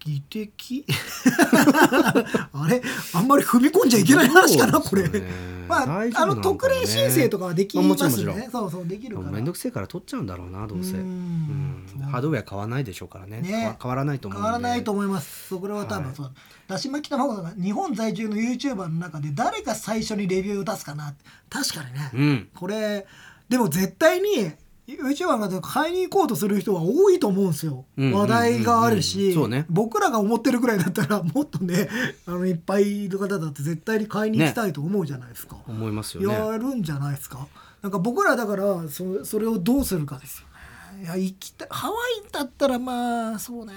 あれあんまり踏み込んじゃいけない話かなこれ。特例申請とかはできますね。そうできるから。 めんどくせえから取っちゃうんだろうなどうせ。ハードウェア買わないでしょうからね。変わらないと思うんで。 変わらないと思います。これは多分そうだしまきたまごさんが日本在住の YouTuber の中で誰が最初にレビューを出すかな。確かにね、これでも絶対に YouTuber の中で買いに行こうとする人は多いと思うんですよ。話題があるし、僕らが思ってるくらいだったらもっとねいっぱいの方だって絶対に買いに行きたいと思うじゃないですか。 思いますよね。 やるんじゃないですか。なんか僕らだからそれをどうするかですよね。いや行きたい。ハワイだったらまあそうね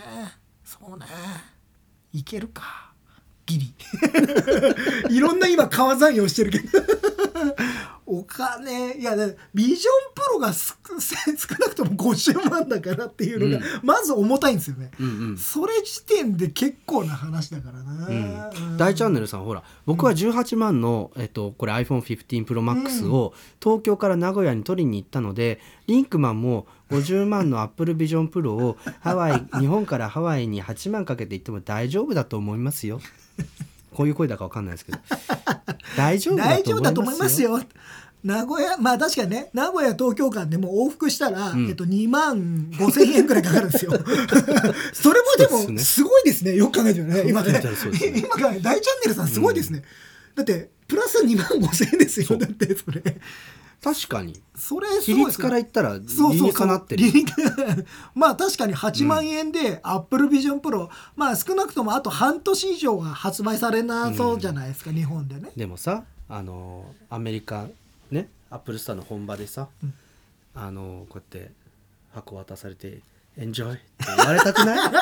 いけるかギリいろんな今川残業してるけどお金いやビジョンプロが少なくとも50万だからっていうのがまず重たいんですよね、それ時点で結構な話だからな、 大チャンネルさんほら僕は18万の、これ iPhone15 Pro Max を東京から名古屋に取りに行ったので、リンクマンも50万の Apple Vision Pro を日本からハワイに8万かけて行っても大丈夫だと思いますよこういう声だか分かんないですけど大丈夫だと思いますよ。 名古屋確かにね名古屋東京間でも往復したら、2万5千円くらいかかるんですよそれもでもすごいですね。よく考えてるね今ね今から大チャンネルさんすごいですね、だってプラス2万5千円ですよ。だってそれ確かにそれ比率から言ったら理にかなってる。 確かに8万円で Apple Vision Pro、少なくともあと半年以上は発売されなそうじゃないですか、日本でね。 でもさアメリカねアップルストアの本場でさ、こうやって箱渡されてエンジョイって言われたくない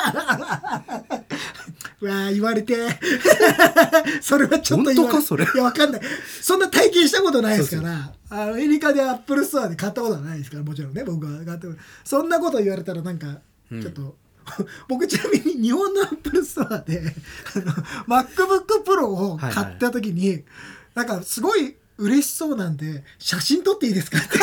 うわ言われてそれはちょっと本当かそれ。 いやわかんない。そんな体験したことないですからアメリカでアップルストアで買ったことはないですからもちろんね僕は買ってそんなこと言われたらなんかちょっと、僕ちなみに日本のアップルストアでMacBook Pro を買った時に、なんかすごい嬉しそうなんで写真撮っていいですかって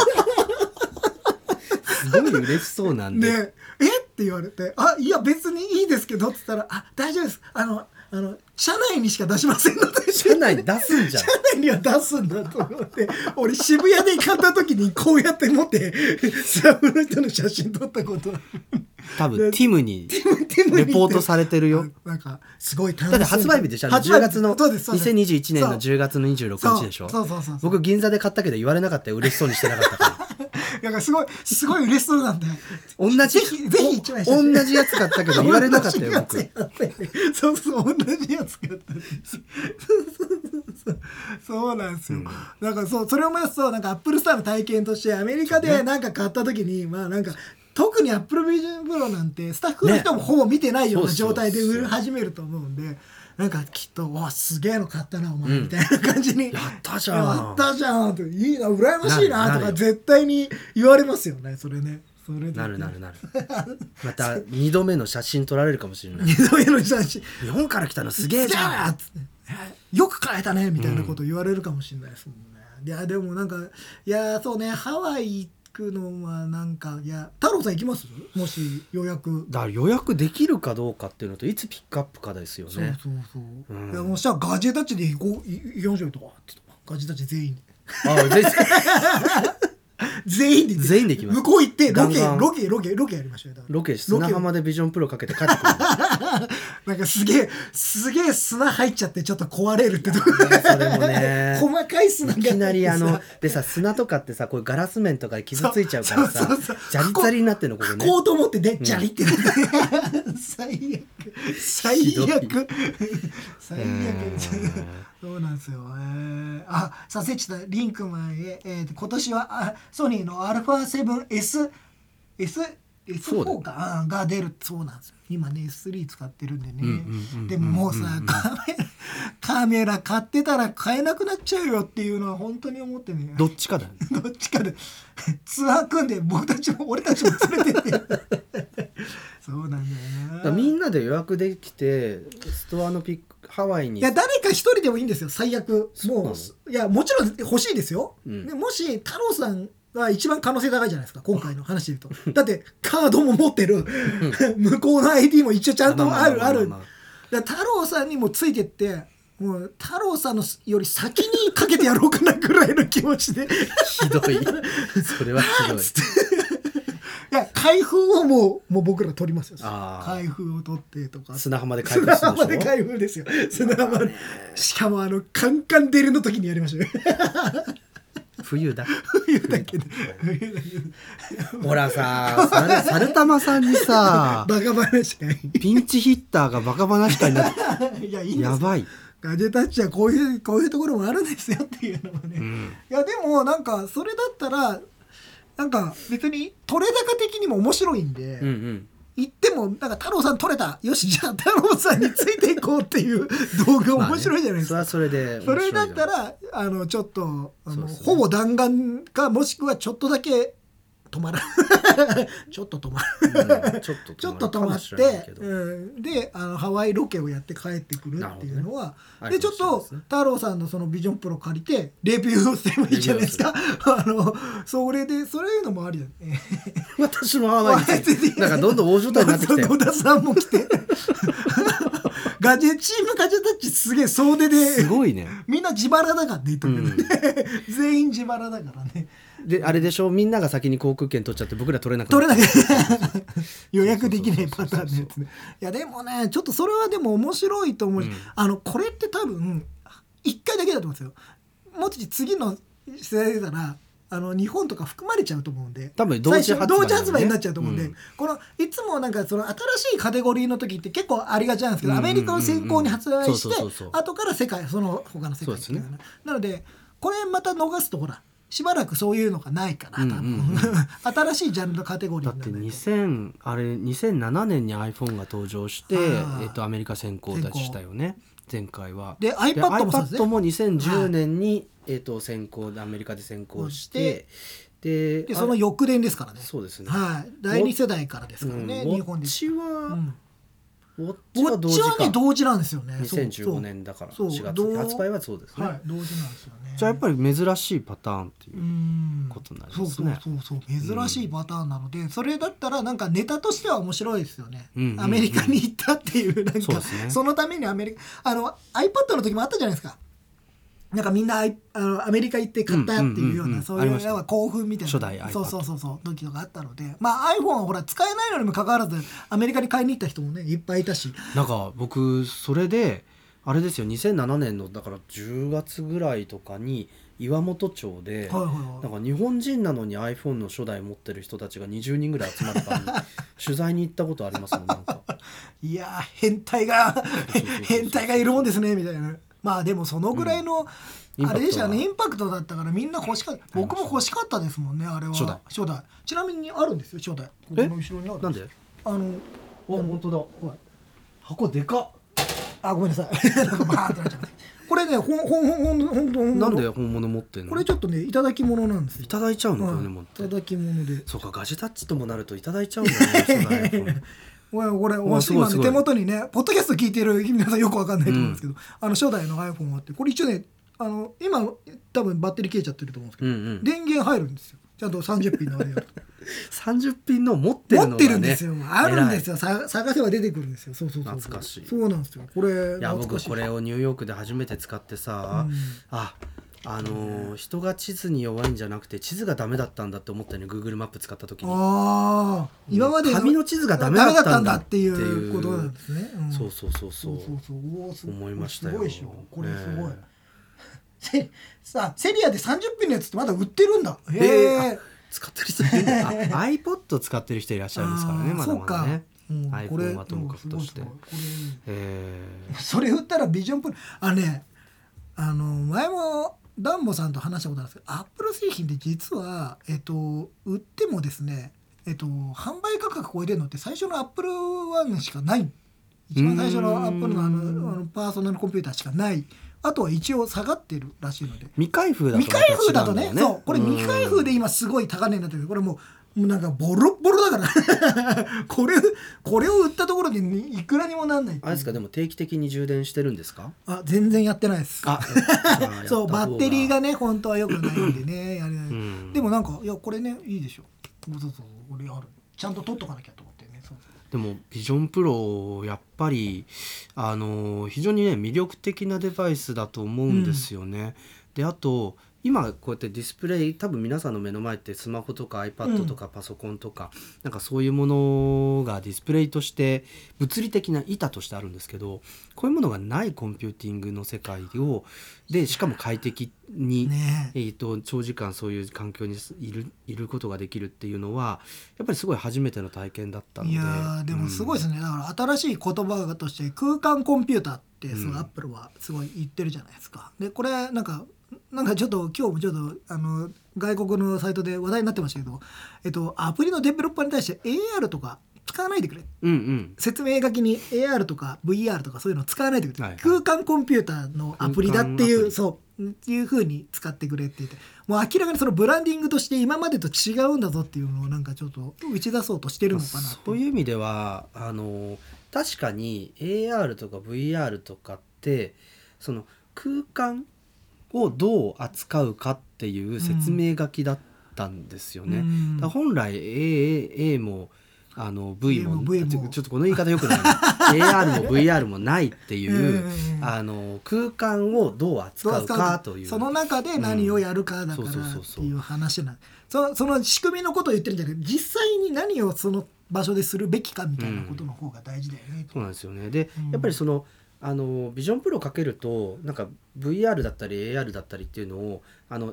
すごい嬉しそうなんで、 ね、って言われていや別にいいですけどって言ったら大丈夫です社内にしか出しませんので。 社内に出すんじゃん。 社内には出すんだと思って俺渋谷で買った時にこうやって持ってスラムの人の写真撮ったことは多分ティムにレポートされてるよ。 なんかすごい楽しい。 だって発売日でしょ。10月の2021年の10月の26日でしょ。僕銀座で買ったけど言われなかったよ。嬉しそうにしてなかったからだからすごい嬉しそうなんで同じ同じやつ買ったけど言われなかったよ僕。 そう同じやつ買ったそうなんですよ、なんかそれを思い出すとなんかアップルストアの体験としてアメリカでなんか買った時になんか特に Apple Vision Pro なんてスタッフの人もほぼ見てないような状態で売り始めると思うんで、 なんかきっとわすげえの買ったなお前、みたいな感じにやったじゃんやったじゃんといいな羨ましいなとかなる絶対に言われますよねそれね。それでなるまた2度目の写真撮られるかもしれない。 2度目の写真日本から来たのすげえじゃん。 よく買えたねみたいなこと言われるかもしれないですもんね、いやでもなんかいやそうねハワイ行くのはなんかいや太郎さん行きますもし予約だから予約できるかどうかっていうのといつピックアップかですよね。 そうそうそう、いやもうしたらガジェタッチで行こう行きましょうよとかガジェタッチ全員で全員で行きます。 向こう行ってガンガンロケやりましょうよ。 ロケ砂浜でビジョンプロかけて帰ってくるなんかすげえ砂入っちゃってちょっと壊れるってとこそれもね細かい砂がいきなりでさ砂とかってさこういうガラス面とかで傷ついちゃうからさそうジャリザリになってんのここね。 こうと思ってねジャリってなって最悪そうなんですよ。させちたリンクマンへ、今年はソニーの α7S4 かが出るそうなんですよ。今ね S3 使ってるんでね。でももうさカメラ買ってたら買えなくなっちゃうよっていうのは本当に思ってね。 どっちかだよね。 どっちかでツアー組んで俺たちも連れてってそうなんだよね。 だからみんなで予約できてストアのハワイにいや誰か一人でもいいんですよ最悪。もういやもちろん欲しいですよ、でもし太郎さんが一番可能性高いじゃないですか今回の話で言うとだってカードも持ってる向こうの ID も一応ちゃんとあるだから太郎さんにもついてってもう太郎さんのより先にかけてやろうかなぐらいの気持ちでひどいそれはひどいいや開封をもう僕ら取りますよ。開封を取ってとか砂浜で開封するでしょ。 砂浜で開封ですよ。砂浜でしかもカンカン照りの時にやりましょう冬だけどほらさサルタマさんにさバカ話かいピンチヒッターがバカ話かになっていやいいんですやばい。 ガジェタッチはこういうところもあるんですよっていうのもね、いやでもなんかそれだったらなんか別に取れ高的にも面白いんで、行ってもなんか太郎さん取れたよしじゃあ太郎さんについていこうっていう動画面白いじゃないですか。 それでそれだったらちょっとほぼ弾丸かもしくはちょっとだけ止まるちょっと止まるちょっと止まって、でハワイロケをやって帰ってくるっていうのは、でちょっと太郎さんのそのビジョンプロ借りてレビューをしてもいいじゃないですかそういうのもありだね私もハワイになんかどんどん大所帯になってきて野田さんも来てチームガジェタッチすげえ総出ですごいね。 みんな自腹だからね、全員自腹だからね。 であれでしょみんなが先に航空券取っちゃって僕ら取れなくなって予約できないパターンのやつね。いやでもねちょっとそれはでも面白いと思うし、これって多分1回だけだと思うんですよ。もし次の世代出たら日本とか含まれちゃうと思うんで、 多分同時発売になっちゃうと思うんで、このいつもなんかその新しいカテゴリーの時って結構ありがちなんですけど、アメリカを先行に発売して後から世界その他の世界っていうなのでこれまた逃すとほらしばらくそういうのがないから多分新しいジャンルのカテゴリーになる。 だって2007年に iPhone が登場してアメリカ先行出したよね前回は。 で iPad も2010年に先行でアメリカで先行してでその翌年ですからね。 そうですね。 第2世代からですからね日本で。 ウォッチはね同時なんですよね。 2015年だから4月発売はそうですね。 同時なんですよね。 じゃあやっぱり珍しいパターンっていうことになりますね。 そう珍しいパターンなので、それだったらなんかネタとしては面白いですよね。アメリカに行ったっていうなんかそのためにアメリカiPad の時もあったじゃないですか。なんかみんなアメリカ行って買ったっていうようなそういう興奮みたいな初代 iPad そう時とかあったので、iPhone はほら使えないのにもかかわらずアメリカに買いに行った人もねいっぱいいたし、 なんか僕それであれですよ2007年のだから10月ぐらいとかに岩本町で、なんか日本人なのに iPhone の初代持ってる人たちが20人ぐらい集まったのに取材に行ったことありますもんなんかいや変態がいるもんですねみたいな。でもそのぐらいの、あれでしたねインパクトだったからみんな欲しかった。僕も欲しかったですもんねあれは。初代ちなみにあるんですよ初代。ここの後ろにある。 なんで？ 本当だ。 箱でかっ。 ごめんなさいなんかバーってなっちゃう。これね本なんで本物持ってんの？ これちょっとねいただき物なんですよ。 いただいちゃうのかよね、持っていただき物で。 そうか、ガジェタッチともなるといただいちゃうんだねこれすごい今ね手元にねポッドキャスト聞いてる皆さんよくわかんないと思うんですけど、初代の iPhone あって、これ一応ね今多分バッテリー切れちゃってると思うんですけど、電源入るんですよ。ちゃんと30ピンのあれやると 30ピンの持ってるのがね、 持ってるんですよ。あるんですよ。探せば出てくるんですよ。そう懐かしい。 そうなんですよ。これいや僕これをニューヨークで初めて使ってさ、人が地図に弱いんじゃなくて地図がダメだったんだって思ったよね、 Google マップ使った時に。 今まで紙の地図がダメだったんだっていうことなんですね。 そう思いましたよ。 すごいでしょこれ。すごいさあセリアで30ピンのやつってまだ売ってるんだ。 使ってる人いるんだ。iPod 使ってる人いらっしゃるんですからね、まだまだね。iPhone はともかくとして、 それ売ったらビジョンプロ前もダンボさんと話したことあるんですけど、アップル製品で実は、売ってもですね、販売価格超えてるのって最初のアップル1しかない。一番最初のアップルのパーソナルコンピューターしかない。あとは一応下がってるらしいので、 未開封だとね、 そうこれ未開封で今すごい高値になってる。これもうなんかボロッボロだからこれを売ったところでいくらにもなんない。 あれですか、でも定期的に充電してるんですか？ 全然やってないです。そうバッテリーがね本当は良くないんでねやれない。でもなんかいやこれねいいでしょ。そうこれある。ちゃんと取っとかなきゃと思ってね。 でもビジョンプロやっぱり非常にね魅力的なデバイスだと思うんですよね。であと今こうやってディスプレイ、多分皆さんの目の前ってスマホとか iPad とかパソコンとか、なんかそういうものがディスプレイとして物理的な板としてあるんですけど、こういうものがないコンピューティングの世界でしかも快適に、長時間そういう環境にいることができるっていうのはやっぱりすごい初めての体験だったので。 いやでもすごいですね。だから新しい言葉として空間コンピューターってアップルはすごい言ってるじゃないですか。でこれなんかちょっと今日もちょっと外国のサイトで話題になってましたけど、アプリのデベロッパーに対して AR とか使わないでくれ、説明書きに AR とか VR とかそういうの使わないでくれ、空間コンピューターのアプリだっていうっていう風に使ってくれって言って、もう明らかにそのブランディングとして今までと違うんだぞっていうのをなんかちょっと打ち出そうとしてるのかな。 そういう意味では確かに AR とか VR とかってその空間をどう扱うかっていう説明書きだったんですよね。だから本来 A もV もちょっとこの言い方よくない AR も VR もないっていう空間をどう扱うかという、 その中で何をやるかだからっていう話なん。その仕組みのことを言ってるんじゃなくて、実際に何をその場所でするべきかみたいなことの方が大事だよね。 そうなんですよね。で、やっぱりそのビジョンプロかけるとなんか VR だったり AR だったりっていうのを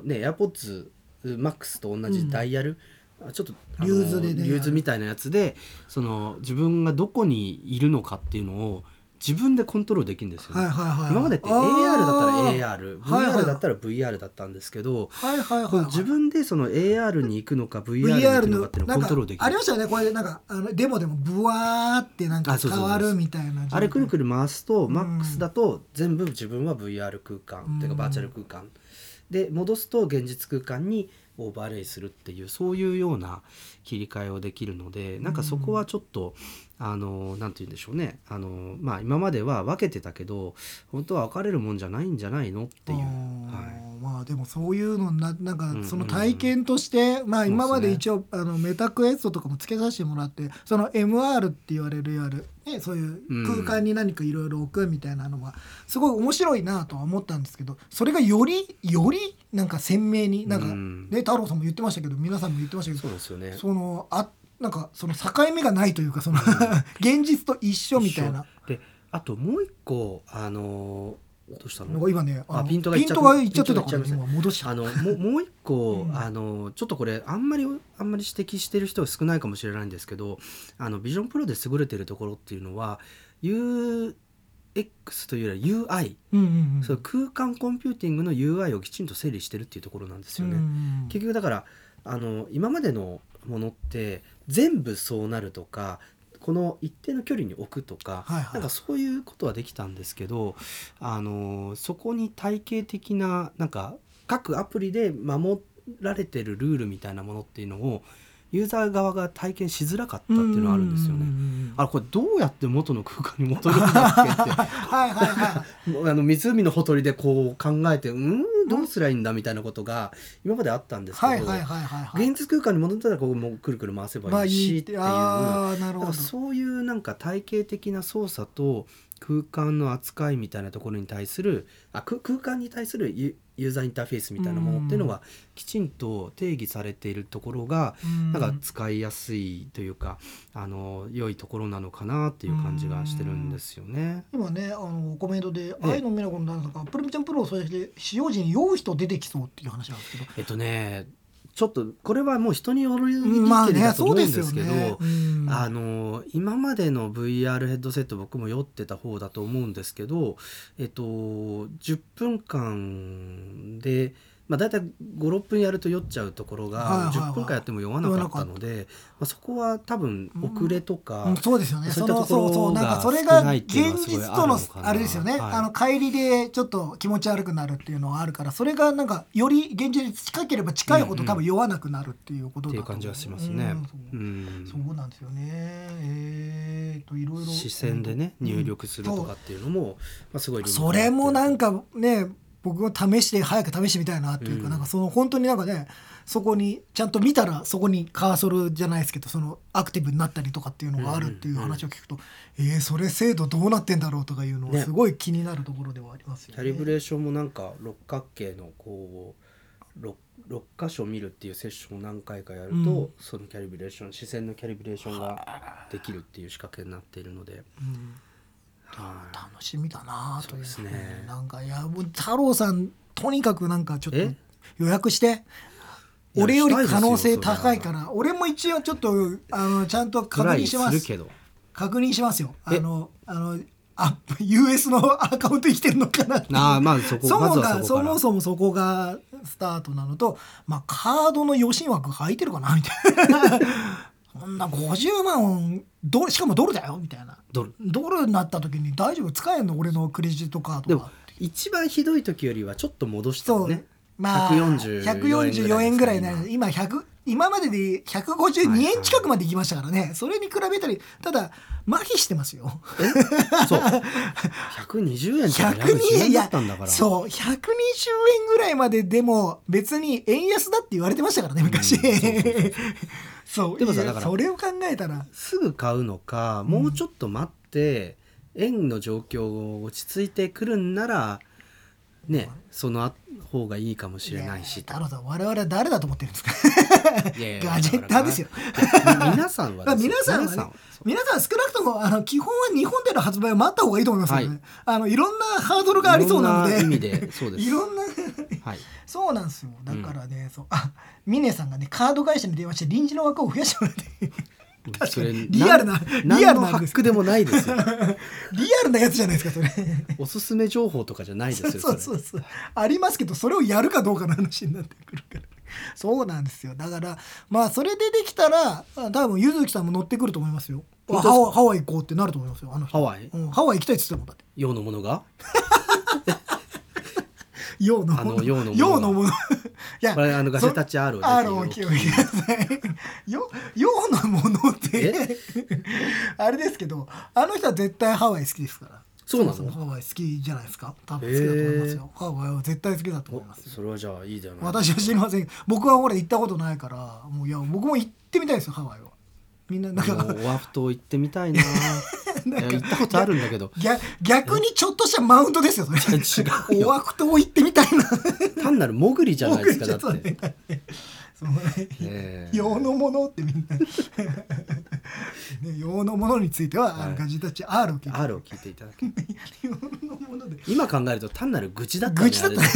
AirPods Max と同じダイヤル、ちょっとリューズみたいなやつでその自分がどこにいるのかっていうのを自分でコントロールできるんですよね。今までって AR だったら AR、VR だったら VR だったんですけど、自分でその AR に行くのか VR に行くのかっていうのをコントロールできる。 ありましたよねこれ。なんかデモでもブワーってなんか変わるみたいな。 あれくるくる回すと MAX だと全部自分は VR 空間っていうかバーチャル空間で、戻すと現実空間にオーバーレイするっていう、そういうような切り替えをできるので、なんかそこはちょっとなんて言うんでしょうね、今までは分けてたけど本当は分かれるもんじゃないんじゃないのっていう、 まあでもそういうのなんかその体験として、今まで一応メタクエストとかもつけさせてもらって、その MR って言われるそういう空間に何かいろいろ置くみたいなのはすごい面白いなとは思ったんですけど、それがよりなんか鮮明になんか太郎さんも言ってましたけど、皆さんも言ってましたけど、 そうですよね。 なんかその境目がないというか、その現実と一緒みたいな。 であともう一個どうしたの？ 今ねピントがいっちゃってたから今戻した。もう一個ちょっとこれあんまり指摘してる人は少ないかもしれないんですけど、ビジョンプロで優れてるところっていうのは UX というよりは UI、その空間コンピューティングの UI をきちんと整理してるっていうところなんですよね。結局だから今までのものって全部そうなるとかこの一定の距離に置くとか、 はいはい、 なんかそういうことはできたんですけど、そこに体系的ななんか各アプリで守られてるルールみたいなものっていうのをユーザー側が体験しづらかったっていうのがあるんですよね。これどうやって元の空間に戻るんだっけってはいはい、はい、湖のほとりでこう考えてどうすりゃいいんだみたいなことが今まであったんですけど、現実空間に戻ったらこうもうくるくる回せばいいしっていう、なるほど、そういうなんか体系的な操作と空間の扱いみたいなところに対する空間に対するユーザーインターフェースみたいなものっていうのがきちんと定義されているところがなんか使いやすいというか良いところなのかなっていう感じがしてるんですよね。 今ねコメントで愛のミラコのなんかプルミちゃんプロをそして使用時に酔う人出てきそうっていう話なんですけど、 ちょっとこれはもう人による意見だと思うんですけど、今までの VR ヘッドセット僕も酔ってた方だと思うんですけど、10分間でだいたい 5,6 分やると酔っちゃうところが10分間やっても酔わなかったので、そこは多分遅れとか、 そうですよね、 そういったところが少ないっていうのはすごいあるのかな。 あれですよね、帰りでちょっと気持ち悪くなるっていうのはあるから、それがなんかより現実に近ければ近いほど多分酔わなくなるっていうことだと思う、っていう感じはしますね。 そうなんですよね。いろいろ視線でね入力するとかっていうのもすごいそれもなんかね僕も早く試してみたいなというか、なんかその本当になんかねそこにちゃんと見たらそこにカーソルじゃないですけどそのアクティブになったりとかっていうのがあるっていう話を聞くと、それ精度どうなってんだろうとかいうのはすごい気になるところではありますよね。 キャリブレーションもなんか六角形のこう 6箇所見るっていうセッションを何回かやると、そのキャリブレーション視線のキャリブレーションができるっていう仕掛けになっているので、 楽しみだなという。 そうですね。 なんかもう太郎さんとにかくなんかちょっと予約して俺より可能性高いから俺も一応ちょっとちゃんと確認します。確認しますよ。US のアカウント生きてるのかなってそもそもそこがスタートなのと、カードの余震枠が空いてるかなみたいなそんな50万しかもドルだよみたいな、ドルになった時に大丈夫使えんの俺のクレジットカードは。でも一番ひどい時よりはちょっと戻したのね。 144円ぐらいになる。今までで152円近くまで行きましたからね。それに比べたりただ麻痺してますよ。 そう120円とか110円だったんだから。 そう120円ぐらいまででも別に円安だって言われてましたからね昔。そうでもさだからそれを考えたらすぐ買うのかもうちょっと待って、円の状況が落ち着いてくるんならね、その方がいいかもしれないし。 太郎さん我々は誰だと思ってるんですか。ガジェッターですよ。 皆さんはね、 皆さん少なくとも基本は日本での発売を待った方がいいと思いますよね。いろんなハードルがありそうなので、 いろんな意味でそうです。 いろんなそうなんですよ。だからね、ミネさんがねカード会社に電話して臨時の枠を増やしてもらって。確かにリアルなハックでもないですよ。 リアルなやつじゃないですかそれ。 おすすめ情報とかじゃないですよ。 そうありますけどそれをやるかどうかの話になってくるから。そうなんですよ。だからそれでできたら多分ゆずきさんも乗ってくると思いますよ。ハワイ行こうってなると思いますよ。 ハワイ行きたいっつってもだって。 用のものが用のもの。いやこれガセタッチ R を聞いてください。用のものってあれですけどあの人は絶対ハワイ好きですから。 そうなの？ ハワイ好きじゃないですか。多分好きだと思いますよ。ハワイは絶対好きだと思いますよ。 それはじゃあいいじゃない。 私は知りません。僕は行ったことないから僕も行ってみたいですよハワイは。みんななんかオアフ島行ってみたいな。行ったことあるんだけど逆にちょっとしたマウントですよそれ。違うよ。オアフ島行ってみたいな。 単なる潜りじゃないですかだって。 用のものってみんな用のものについてはガジェタッチ R を聞いていただけ用のもので今考えると単なる愚痴だったね。失礼い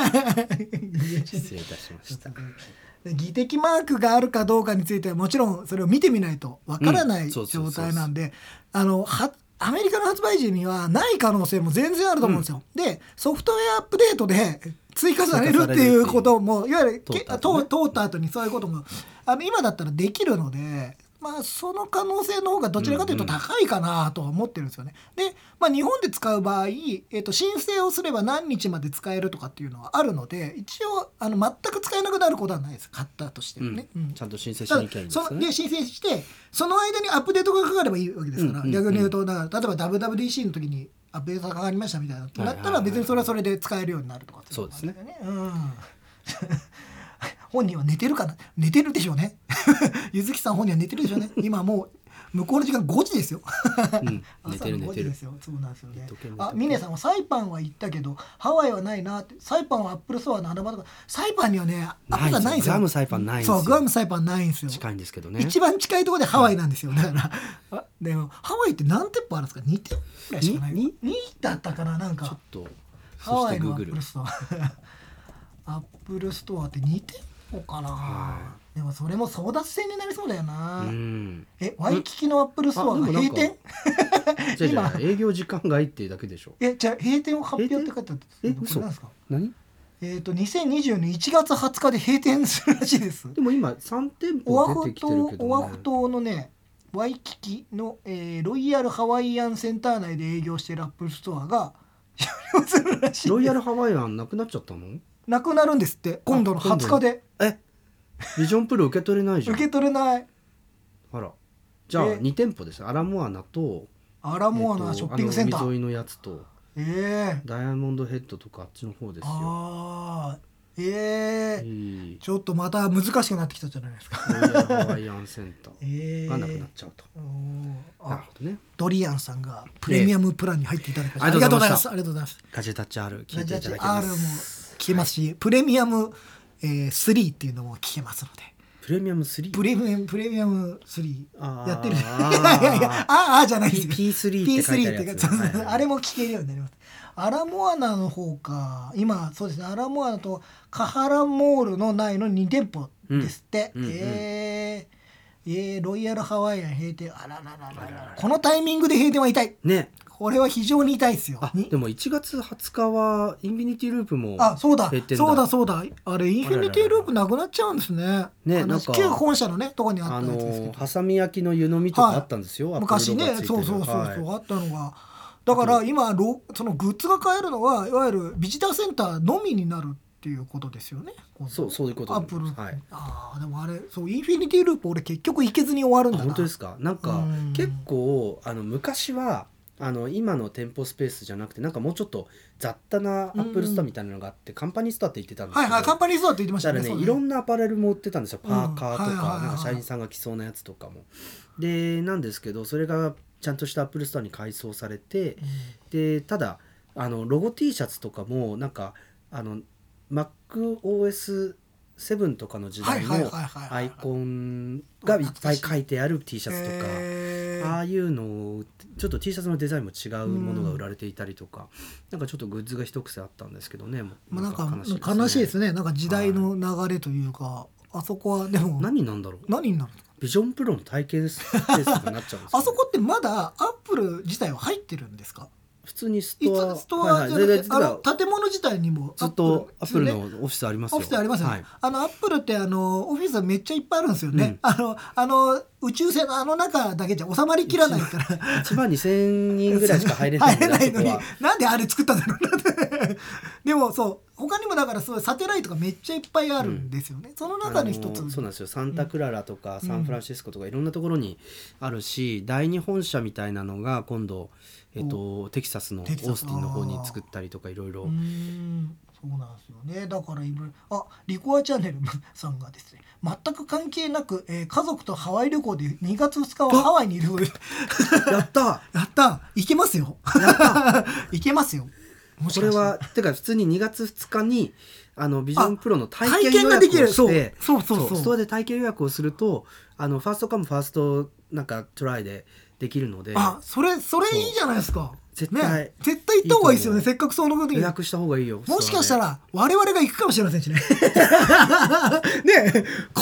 たしました。 技的マークがあるかどうかについてはもちろんそれを見てみないとわからない状態なんでアメリカの発売時にはない可能性も全然あると思うんですよ。でソフトウェアアップデートで追加されるっていうこともいわゆる通った後にそういうことも今だったらできるのでまあその可能性の方がどちらかというと高いかなとは思ってるんですよね。で、まあ、日本で使う場合、申請をすれば何日まで使えるとかっていうのはあるので、一応全く使えなくなることはないです、買ったとしてもね、 ちゃんと申請しに行けばいいんですね。 で申請してその間にアップデートがかかればいいわけですから、逆に言うとだから例えば WWDC の時にアップデートがかかりましたみたいなだったら別にそれはそれで使えるようになるとか、 そうですね。 本人は寝てるかな、寝てるでしょうねゆずきさん本人は寝てるでしょうね今もう向こうの時間5時ですよ寝てる寝てる。 そうなんですよね。峰さんはサイパンは行ったけどハワイはないなって。サイパンはアップルストアの穴場とか、サイパンにはねアップルがないんですよ。 グアムサイパンないんですよ。 そうグアムサイパンないんですよ。 近いんですけどね。 一番近いところでハワイなんですよ。だからでもハワイって何店舗あるんですか。2店舗ぐらいしかない。2だったかな。なんかちょっとハワイのアップルストアアップルストアって2店舗かな、でもそれも争奪戦になりそうだよな。ワイキキのアップルストアが閉店今営業時間外っていうだけでしょ。 じゃあ閉店を発表って書いてあったんですけど、これなんですか。 何 2020年1月20日で閉店するらしいです。 でも今3店舗出てきてるけどね。 オアフ島のねワイキキの、ロイヤルハワイアンセンター内で営業しているアップルストアが終了するらしいです。 ロイヤルハワイアンなくなっちゃったの？ なくなるんですって、今度の20日で。 ビジョンプロ受け取れないじゃん。 受け取れない。 あら、じゃあ2店舗です。アラモアナとアラモアナショッピングセンター、 海沿いのやつと、ダイヤモンドヘッドとかあっちの方ですよ。 ちょっとまた難しくなってきたじゃないですか。 ロイヤルハワイアンセンターがなくなっちゃうと。なるほどね。 ドリアンさんがプレミアムプランに入っていただきました。ありがとうございます。ありがとうございます。 ガジェタッチ R 聞いていただきます。 ガジェタッチ R も聞けますし、プレミアム3っていうのも聞けますので。 プレミアム 3？ プレミアム3やってる。いやじゃないですよ。 P3 って書いてあるやつ。 あれも聞けるようになります。アラモアナの方か、今そうですね、アラモアナとカハラモールの内の2店舗ですって。ロイヤルハワイアン閉店。あらららら、このタイミングで閉店は痛いね。これは非常に痛いですよ。 でも1月20日はインフィニティループもそうだあれインフィニティループなくなっちゃうんですね。なんか旧本社のねとこにあったやつですけど、 ハサミ焼きの湯飲みとかあったんですよ、 昔ね。そうあったのが、だから今そのグッズが買えるのはいわゆるビジターセンターのみになるっていうことですよね。 そういうことアップル。でもあれインフィニティループ俺結局行けずに終わるんだな。 本当ですか。なんか結構昔は今の店舗スペースじゃなくてなんかもうちょっと雑多なアップルストアみたいなのがあって、カンパニーストアって言ってたんですけど、 カンパニーストアって言ってましたね。 だからね、いろんなアパレルも売ってたんですよ。パーカーとか、なんか社員さんが着そうなやつとかも。でなんですけど、それがちゃんとしたアップルストアに改装されて、でただロゴ T シャツとかもなんかMacOS7 とかの時代のアイコンがいっぱい書いてある T シャツとか、ああいうのをちょっと T シャツのデザインも違うものが売られていたりとか、なんかちょっとグッズが一癖あったんですけどね。 なんか悲しいですね。なんか時代の流れというか、あそこはでも何なんだろう。 何になるんですか。 ビジョンプロの体験スペースになっちゃうんですか、 あそこってまだアップル自体は入ってるんですか。 普通にストアじゃなくて、建物自体にもずっとアップルのオフィスありますよ。 オフィスありますよね。アップルってオフィスめっちゃいっぱいあるんですよね。宇宙船の中だけじゃ収まりきらないから 1万2000人ぐらいしか入れないのになんであれ作ったんだろうなってでも他にもだからサテライトがめっちゃいっぱいあるんですよね。その中の一つ。 そうなんですよ。サンタクララとかサンフランシスコとかいろんなところにあるし、第二本社みたいなのが今度テキサスのオースティンの方に作ったりとかいろいろ。 そうなんですよね。だからリコアチャンネルさんがですね、全く関係なく、家族とハワイ旅行で2月2日はハワイにいるやった行けますよ行けますよ。 これはてか普通に2月2日にビジョンプロの体験予約をしてストアで体験予約をするとファーストカムファーストなんかトライでできるので、 それいいじゃないですか。 絶対行った方がいいですよね。せっかくその時に予約した方がいいよ。 もしかしたら我々が行くかもしれませんしねねえ変えた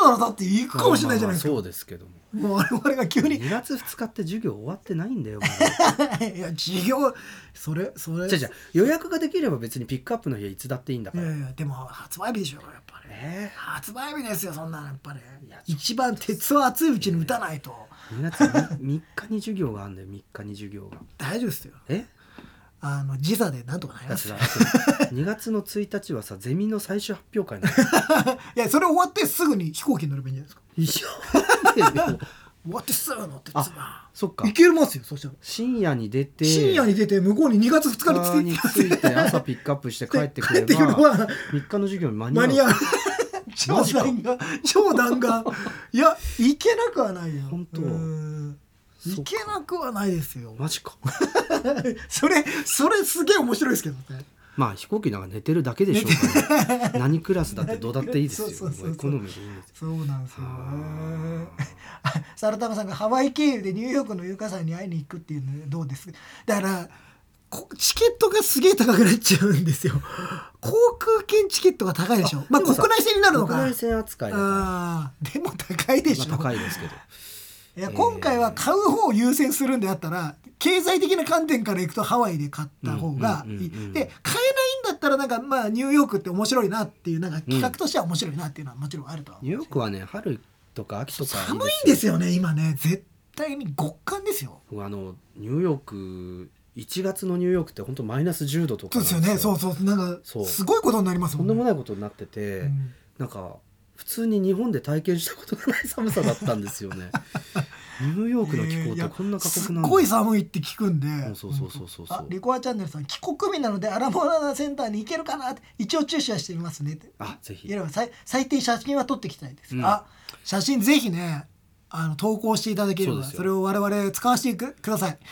ならだって行くかもしれないじゃないですか。 そうですけども、 もう我々が急に 2月2日って授業終わってないんだよまだいや授業それじゃ予約ができれば別にピックアップの日はいつだっていいんだから。 いやいやでも発売日でしょやっぱり、発売日ですよそんなのやっぱり、一番鉄を熱いうちに打たないと。 2月3日に授業があるんだよ。3日に授業が大丈夫ですよ。時差でなんとかなりますよ。 2月の1日はさゼミの最終発表会なんいやそれ終わってすぐに飛行機に乗ればいいんじゃないですか。 一緒終わってすぐ乗ってそっか行けますよ。そしたら深夜に出て向こうに2月2日に着いて朝ピックアップして帰ってくれば3日の授業に間に合う。 超弾丸いや行けなくはないよ。 本当行けなくはないですよ。 マジかそれすげえ面白いですけどね。 まあ飛行機なんか寝てるだけでしょうから、何クラスだってどうだっていいですよ。エコノミーでいいんですよ。 そうなんですよ。サルタナさんがハワイ経由でニューヨークの優香さんに会いに行くっていうのどうです。だからチケットがすげえ高くなっちゃうんですよ。航空券チケットが高いでしょ。まあ国内線になるのか。 国内線扱いだからでも高いでしょ。 高いですけど。 いや今回は買う方を優先するんであったら経済的な観点からいくとハワイで買った方がいい。で買えないんだったらなんかまあニューヨークって面白いなっていうなんか企画としては面白いなっていうのはもちろんあるとは思う。 ニューヨークはね春とか秋とか寒いんですよね今ね。絶対に極寒ですよ。 ニューヨーク1月のニューヨークって本当マイナス10度とかそうですよね。そうなんかすごいことになりますもんね。 とんでもないことになってて、なんか普通に日本で体験したことがない寒さだったんですよね。ニューヨークの気候ってこんな過酷なんだ。 すっごい寒いって聞くんで。 そうリコアチャンネルさん帰国日なのでアラモアナセンターに行けるかなって一応注視はしてみますねって。 ぜひ。 最低写真は撮ってきたいです。写真ぜひね投稿していただければ それを我々使わせてください。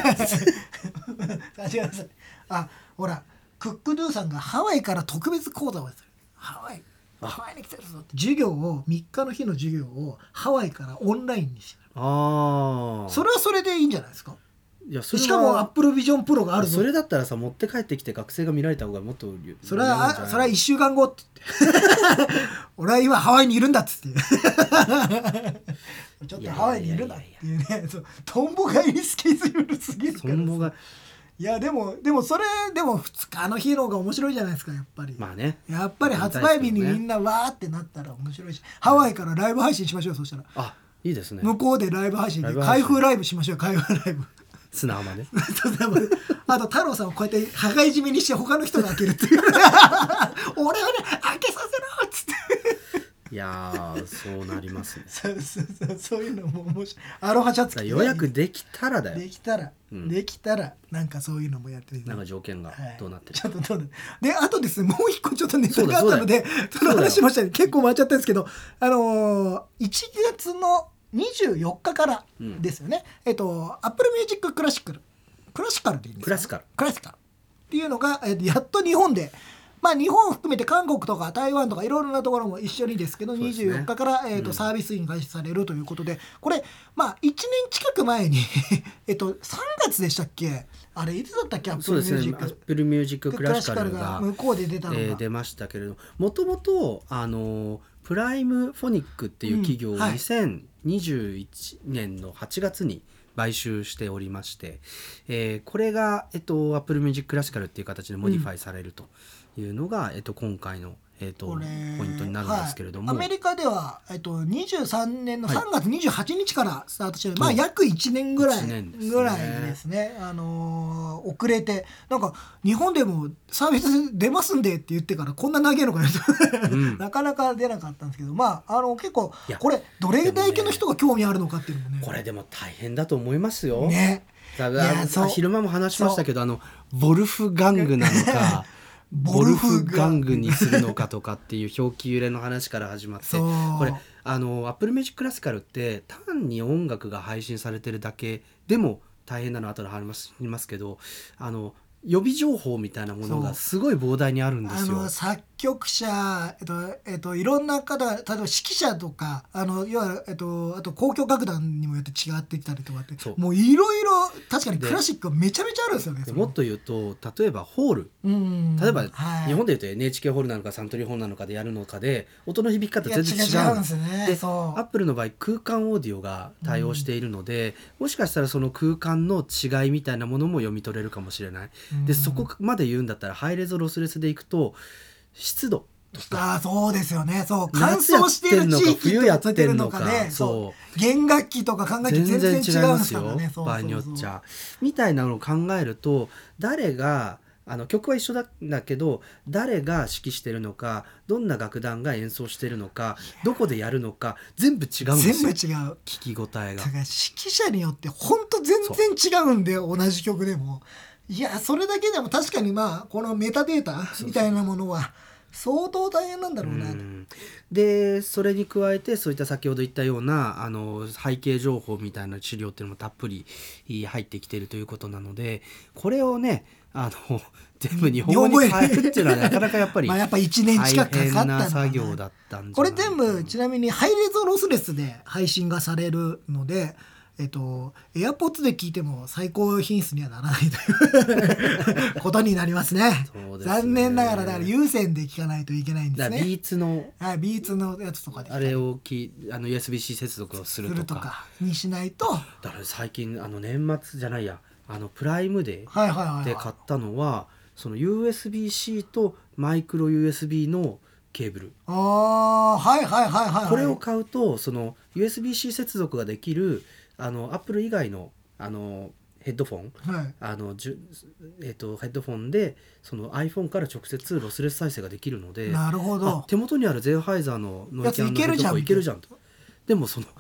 ほらクックドゥさんがハワイから特別講座をする。ハワイに来てるぞって授業を3日の日の授業をハワイからオンラインにしてる。それはそれでいいんじゃないですか。しかもアップルビジョンプロがあるぞ。 それだったらさ持って帰ってきて学生が見られた方がもっとそれは1週間後って言って俺は今ハワイにいるんだっつってちょっとハワイにいるんだっていうね。トンボがいいスケジュールすぎるから。いやでもそれでも2日の日の方が面白いじゃないですかやっぱり。 まあね。 やっぱり発売日にみんなわーってなったら面白いし、ハワイからライブ配信しましょう。そしたらいいですね。 向こうでライブ配信で開封ライブしましょう。開封ライブ砂浜ね。 あと太郎さんをこうやって羽交い締めにして他の人が開けるっていう俺はね開けさせろっつっていやそうなりますね。 そういうのも面白い。アロハシャツ着て予約できたらだよ。 できたらなんかそういうのもやってみて。 なんか条件がどうなってる、 ちょっとどうであとですねもう一個ちょっとネタがあったのでその話しましたね。結構回っちゃったんですけど1月の24日からですよね。Apple Music クラシカルでいいんですか。クラシカルっていうのがやっと日本で日本を含めて韓国とか台湾とかいろいろなところも一緒にですけど24日から、サービスイン開始されるということでこれ1年近く前に3月でしたっけ。あれいつだったっけ。 そうですね。Apple Music クラシカルが向こうで出たのが、 出ましたけれどもともとプライムフォニックっていう企業を2021年の8月に買収しておりまして、これが、Apple Music クラシカルっていう形でモディファイされるというのが、今回の、ポイントになるんですけれども、 アメリカでは、23年の3月28日からスタートしてる、約1年ぐらいですね。遅れてなんか日本でもサービス出ますんでって言ってからこんな長いのかよとなかなか出なかったんですけど結構これどれだけの人が興味あるのかっていうのもね。 これでも大変だと思いますよ。昼間も話しましたけどボルフガングなのかボルフガングにするのかとかっていう表記揺れの話から始まってこれApple Music クラシカルって単に音楽が配信されてるだけでも大変なの後で話しますけど予備情報みたいなものがすごい膨大にあるんですよ。 作曲者、いろんな方、例えば指揮者とか要は、あと交響楽団にもよって違ってきたりとかって、もういろいろ確かにクラシックはめちゃめちゃあるんですよね。 もっと言うと例えばホール、例えば、日本でいうと NHK ホールなのかサントリーホールなのかでやるのかで音の響き方全然違うんですね。でアップルの場合空間オーディオが対応しているので、もしかしたらその空間の違いみたいなものも読み取れるかもしれない。でそこまで言うんだったらハイレゾロスレスでいくと湿度とか、 そうですよね。そう乾燥している地域とやってるのかで、弦楽器とか管楽器全然違うんですからね。 場合によっちゃみたいなのを考えると、誰が曲は一緒だけど誰が指揮してるのか、どんな楽団が演奏してるのか、どこでやるのか全部違うんですよ。 全部違う。 聞き応えが。 だから指揮者によって本当全然違うんで、同じ曲でも。いやそれだけでも確かにこのメタデータみたいなものは相当大変なんだろうな。 でそれに加えてそういった先ほど言ったような背景情報みたいな資料っていうのもたっぷり入ってきているということなので、これをね全部日本語に変えるっていうのはなかなかやっぱりやっぱ1年近くかかったんだ、ね、 作業だったんじゃないかな。 これ全部ちなみにハイレゾロスレスで配信がされるので、AirPods で聞いても最高品質にはならないということになりますね。残念ながらだから有線で聞かないといけないんですね。 ビーツのやつとかであれをUSB-C 接続をするとかにしないと。 だから最近年末じゃないやプライムデーで買ったのはその USB-C とマイクロ USB のケーブル。 これを買うとその USB-C 接続ができるアップル以外のヘッドフォン、ヘッドフォンでその iPhone から直接ロスレス再生ができるので、 なるほど、 手元にあるゼンハイザーのノイキャンのヘッドフォンいけるじゃんと。でもその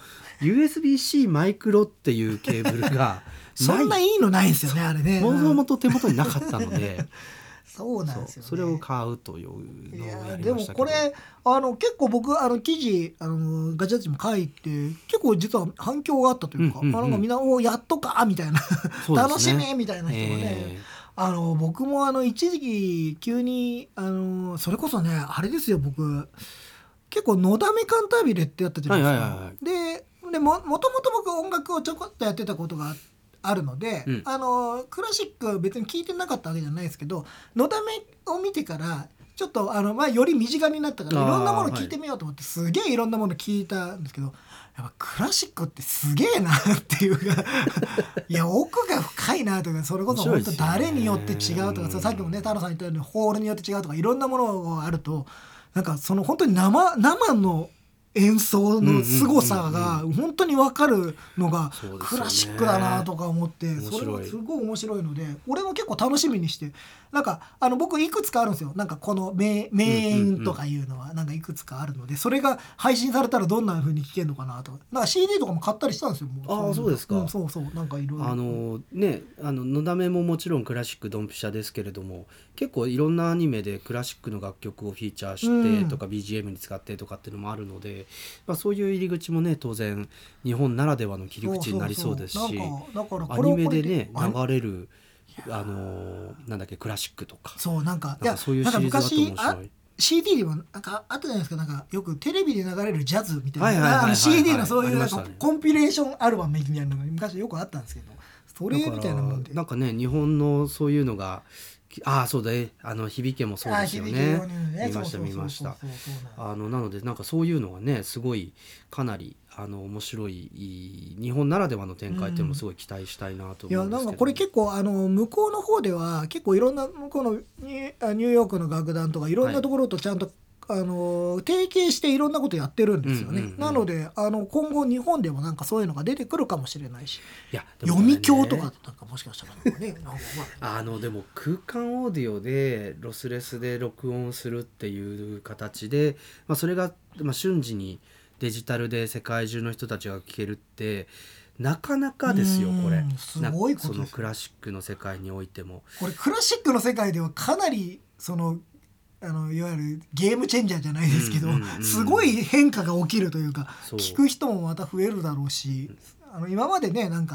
USB-C マイクロっていうケーブルがそんないいのないんですよね、あれね。 もともと手元になかったのでそうなんですよね。 それを買うというのをやりましたけど。 でもこれ結構僕記事ガジェタッチも書いて結構実は反響があったというか、なんかみんなやっとかみたいな楽しみみたいな人がね、僕も一時期急にそれこそねあれですよ、僕結構のだめカンタービレってやったじゃないですか。でもともと僕音楽をちょこっとやってたことがあるので、クラシック別に聴いてなかったわけじゃないですけど、のだめを見てからちょっとより身近になったからいろんなもの聴いてみようと思ってすげえいろんなもの聴いたんですけど、やっぱクラシックってすげえなっていうかいや奥が深いなとか、それこそ本当誰によって違うとか、さっきもね太郎さん言ったようにホールによって違うとかいろんなものがあると、なんかその本当に生の演奏の凄さが本当に分かるのがクラシックだなとか思って、それがすごい面白いので俺も結構楽しみにして、なんか僕いくつかあるんですよ。なんかこの名演とかいうのはなんかいくつかあるので、それが配信されたらどんな風に聴けるのかなとか、なんか CD とかも買ったりしたんですよ。 そうですか。 そうなんかいろいろね、のだめももちろんクラシックドンピシャですけれども、結構いろんなアニメでクラシックの楽曲をフィーチャーしてとか、BGM に使ってとかっていうのもあるので、そういう入り口もね当然日本ならではの切り口になりそうですし、アニメでね流れるなんだっけクラシックとか、 なんかそういうシリーズだと面白い。 CD でもなんかあったじゃないですか、なんかよくテレビで流れるジャズみたいな CD のそういうなんかコンピレーションアルバムみたいなのが昔よくあったんですけど、それみたいなもんでなんかね日本のそういうのがそうだ響けもそうですよね。見ました。なのでなんかそういうのがねすごいかなり面白い日本ならではの展開っていうのもすごい期待したいなと思うんですけど、 いやなんかこれ結構向こうの方では結構いろんな向こうのニューヨークの楽団とかいろんなところとちゃんと、提携していろんなことやってるんですよね。なので今後日本でもなんかそういうのが出てくるかもしれないし、読み教とかなんかもしかしたらねでも空間オーディオでロスレスで録音するっていう形で、それが瞬時にデジタルで世界中の人たちが聴けるってなかなかですよ。これすごいことですよ。 そのクラシックの世界においてもこれクラシックの世界ではかなりいわゆるゲームチェンジャーじゃないですけど、すごい変化が起きるというか、聞く人もまた増えるだろうし、今までねなんか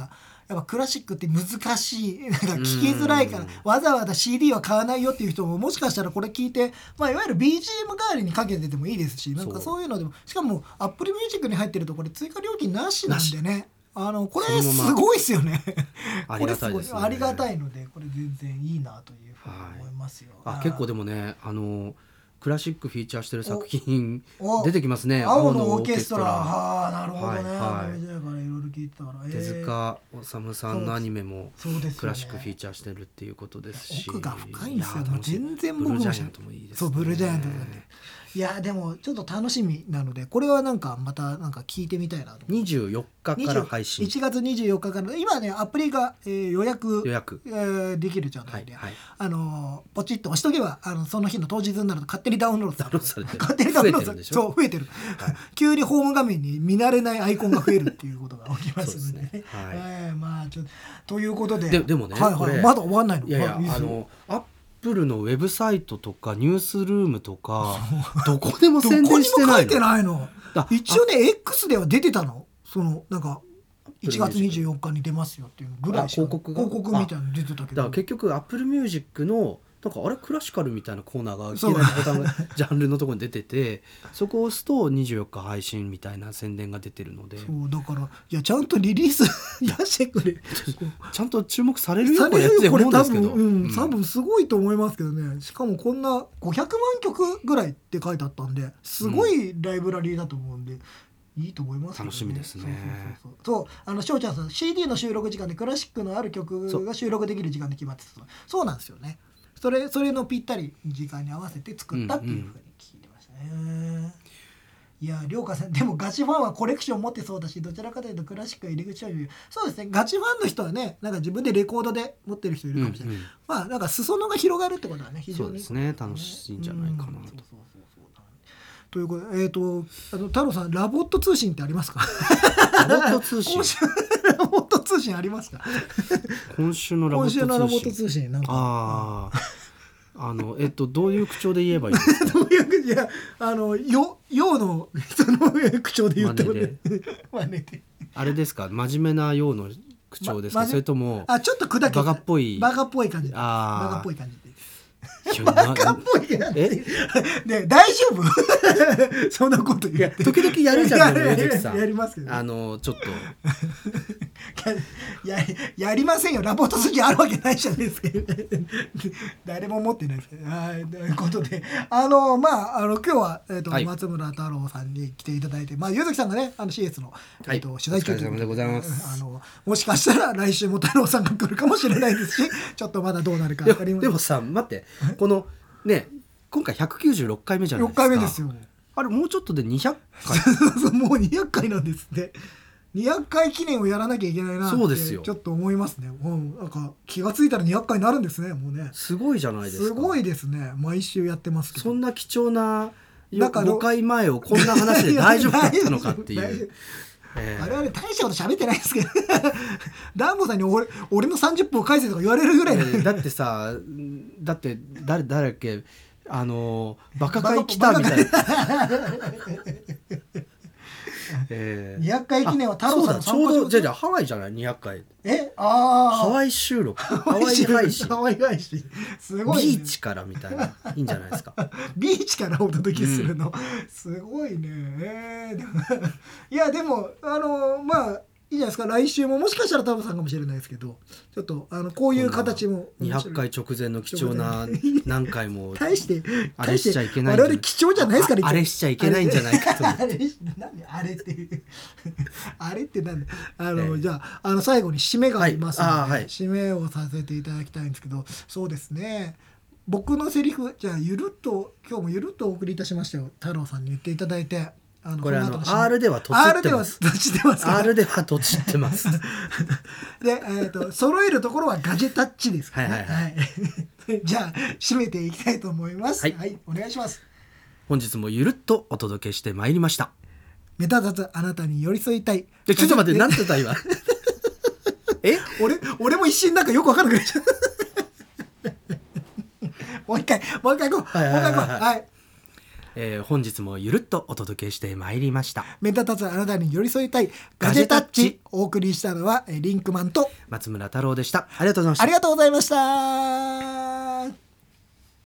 やっぱクラシックって難しい、なんか聞きづらいからわざわざ CD は買わないよっていう人ももしかしたらこれ聞いて、まあ、いわゆる BGM 代わりにかけててもいいですし、なんかそういうのでも、しかも Apple Music に入ってるとこれ追加料金なしなんでね、これすごいですよねありがたいですね。 ありがたいので、これ全然いいなというふうに思いますよ。 結構でもね、クラシックフィーチャーしてる作品出てきますね。 青のオーケストラ。なるほどね。 いろいろ聞いてたから、 手塚治虫さんのアニメもクラシックフィーチャーしてるっていうことですし、 奥が深いんですよ。全然僕もブルージャイアントもいいですね。 そう、ブルージャイアントだね。いやでもちょっと楽しみなので、これはなんかまたなんか聞いてみたいなと。 24日から配信。 1月24日から今ねアプリが、予約できる状態で、ポチッと押しとけばその日の当日になると勝手にダウンロードされて、勝手にダウンロードされて、そう増えてる、急にホーム画面に見慣れないアイコンが増えるっていうことが起きますので、まあちょっということで、 でもね、 これまだ終わんないの。 いやいや、アップルのウェブサイトとかニュースルームとかどこでも宣伝してないの。 どこにも書いてないの。一応ね X では出てたの。なんか1月24日に出ますよっていうぐらい広告みたいなの出てたけど、 だから結局 Apple Music のなんかクラシカルみたいなコーナーがいきなりボタンがジャンルのところに出てて、そこを押すと24日配信みたいな宣伝が出てるので、 そうだからちゃんとリリース出してくれちゃんと注目されるよこれって思うんですけど、 多分すごいと思いますけどね。しかもこんな500万曲ぐらいって書いてあったんで、すごいライブラリーだと思うんで、いいと思います、ね、 楽しみですね。 そう翔ちゃんさん CD の収録時間でクラシックのある曲が収録できる時間で決まってた。そうなんですよね。それのぴったり時間に合わせて作ったっていうふうに聞いてましたね。いや涼香さんでもガチファンはコレクション持ってそうだし、どちらかというとクラシックは入り口はそうですね。ガチファンの人はね、なんか自分でレコードで持ってる人いるかもしれない、まあなんか裾野が広がるってことはね、非常にそうですね、楽しいんじゃないかなと。 ということで、太郎さんラボット通信ってありますか？ ラボット通信ラボット通信ありますか？ 今週のラボット通信なんかどういう口調で言えばいいんですか？ どういう口、いや陽の人の口調で言ってもね、真似であれですか、真面目な陽の口調ですか、それともちょっと砕けバカっぽい感じ、バカっぽい感じでバカっぽいね、大丈夫そんなこと言って時々やるじゃん。 やりますけど、 ちょっとやりませんよ。ラボット通信あるわけないじゃないですか誰も持ってないですけど。ということで今日は、松村太郎さんに来ていただいて、柚月さんがねCS の、取材中ということでございます。もしかしたら来週も太郎さんが来るかもしれないですし、ちょっとまだどうなるか分かりません。 でもさ、待って、このね今回196回目じゃないですか。 6回目ですよ。 あれもうちょっとで200回もう200回なんですね。200回記念をやらなきゃいけないなってちょっと思いますね。なんか気がついたら200回になるんですね。もうねすごいじゃないですか。 すごいですね。毎週やってますけど、 そんな貴重な5回前をこんな話で大丈夫だったのかっていうあれ大したこと喋ってないですけどダンボさんに俺の30分を返せとか言われるぐらいだってさ、だって誰だっけ、バカ会来たみたいな 200回記念は太郎さんのちょうどじゃあハワイじゃない、200回ハワイ収録、ハワイ配信すごい、ね、ビーチからみたいな、いいんじゃないですかビーチからお届けするの、すごいね。いやでもいいじゃないですか。来週ももしかしたら太郎さんかもしれないですけど、ちょっとこういう形も 200回直前の貴重な何回も大してあれしちゃいけない、 我々貴重じゃないですから、 あれしちゃいけないんじゃないかと思ってなんであれってあれってなんでじゃあ最後に締めがありますので、締めをさせていただきたいんですけど、そうですね、僕のセリフじゃあ今日もゆるっとお送りいたしましたよ。太郎さんに言っていただいて、 これR ではとちってます。R ではとちってますで、揃えるところはガジェタッチですから、じゃあ締めていきたいと思います。お願いします。 本日もゆるっとお届けしてまいりました。 目立たずあなたに寄り添いたい。 ちょっと待って、なんて言った今俺も一瞬なんかよく分からなくなっちゃったもう一回行こう。 本日もゆるっとお届けしてまいりました。 目立たずあなたに寄り添いたいガジェタッチ。お送りしたのはリンクマンと松村太郎でした。ありがとうございました。 ありがとうございました。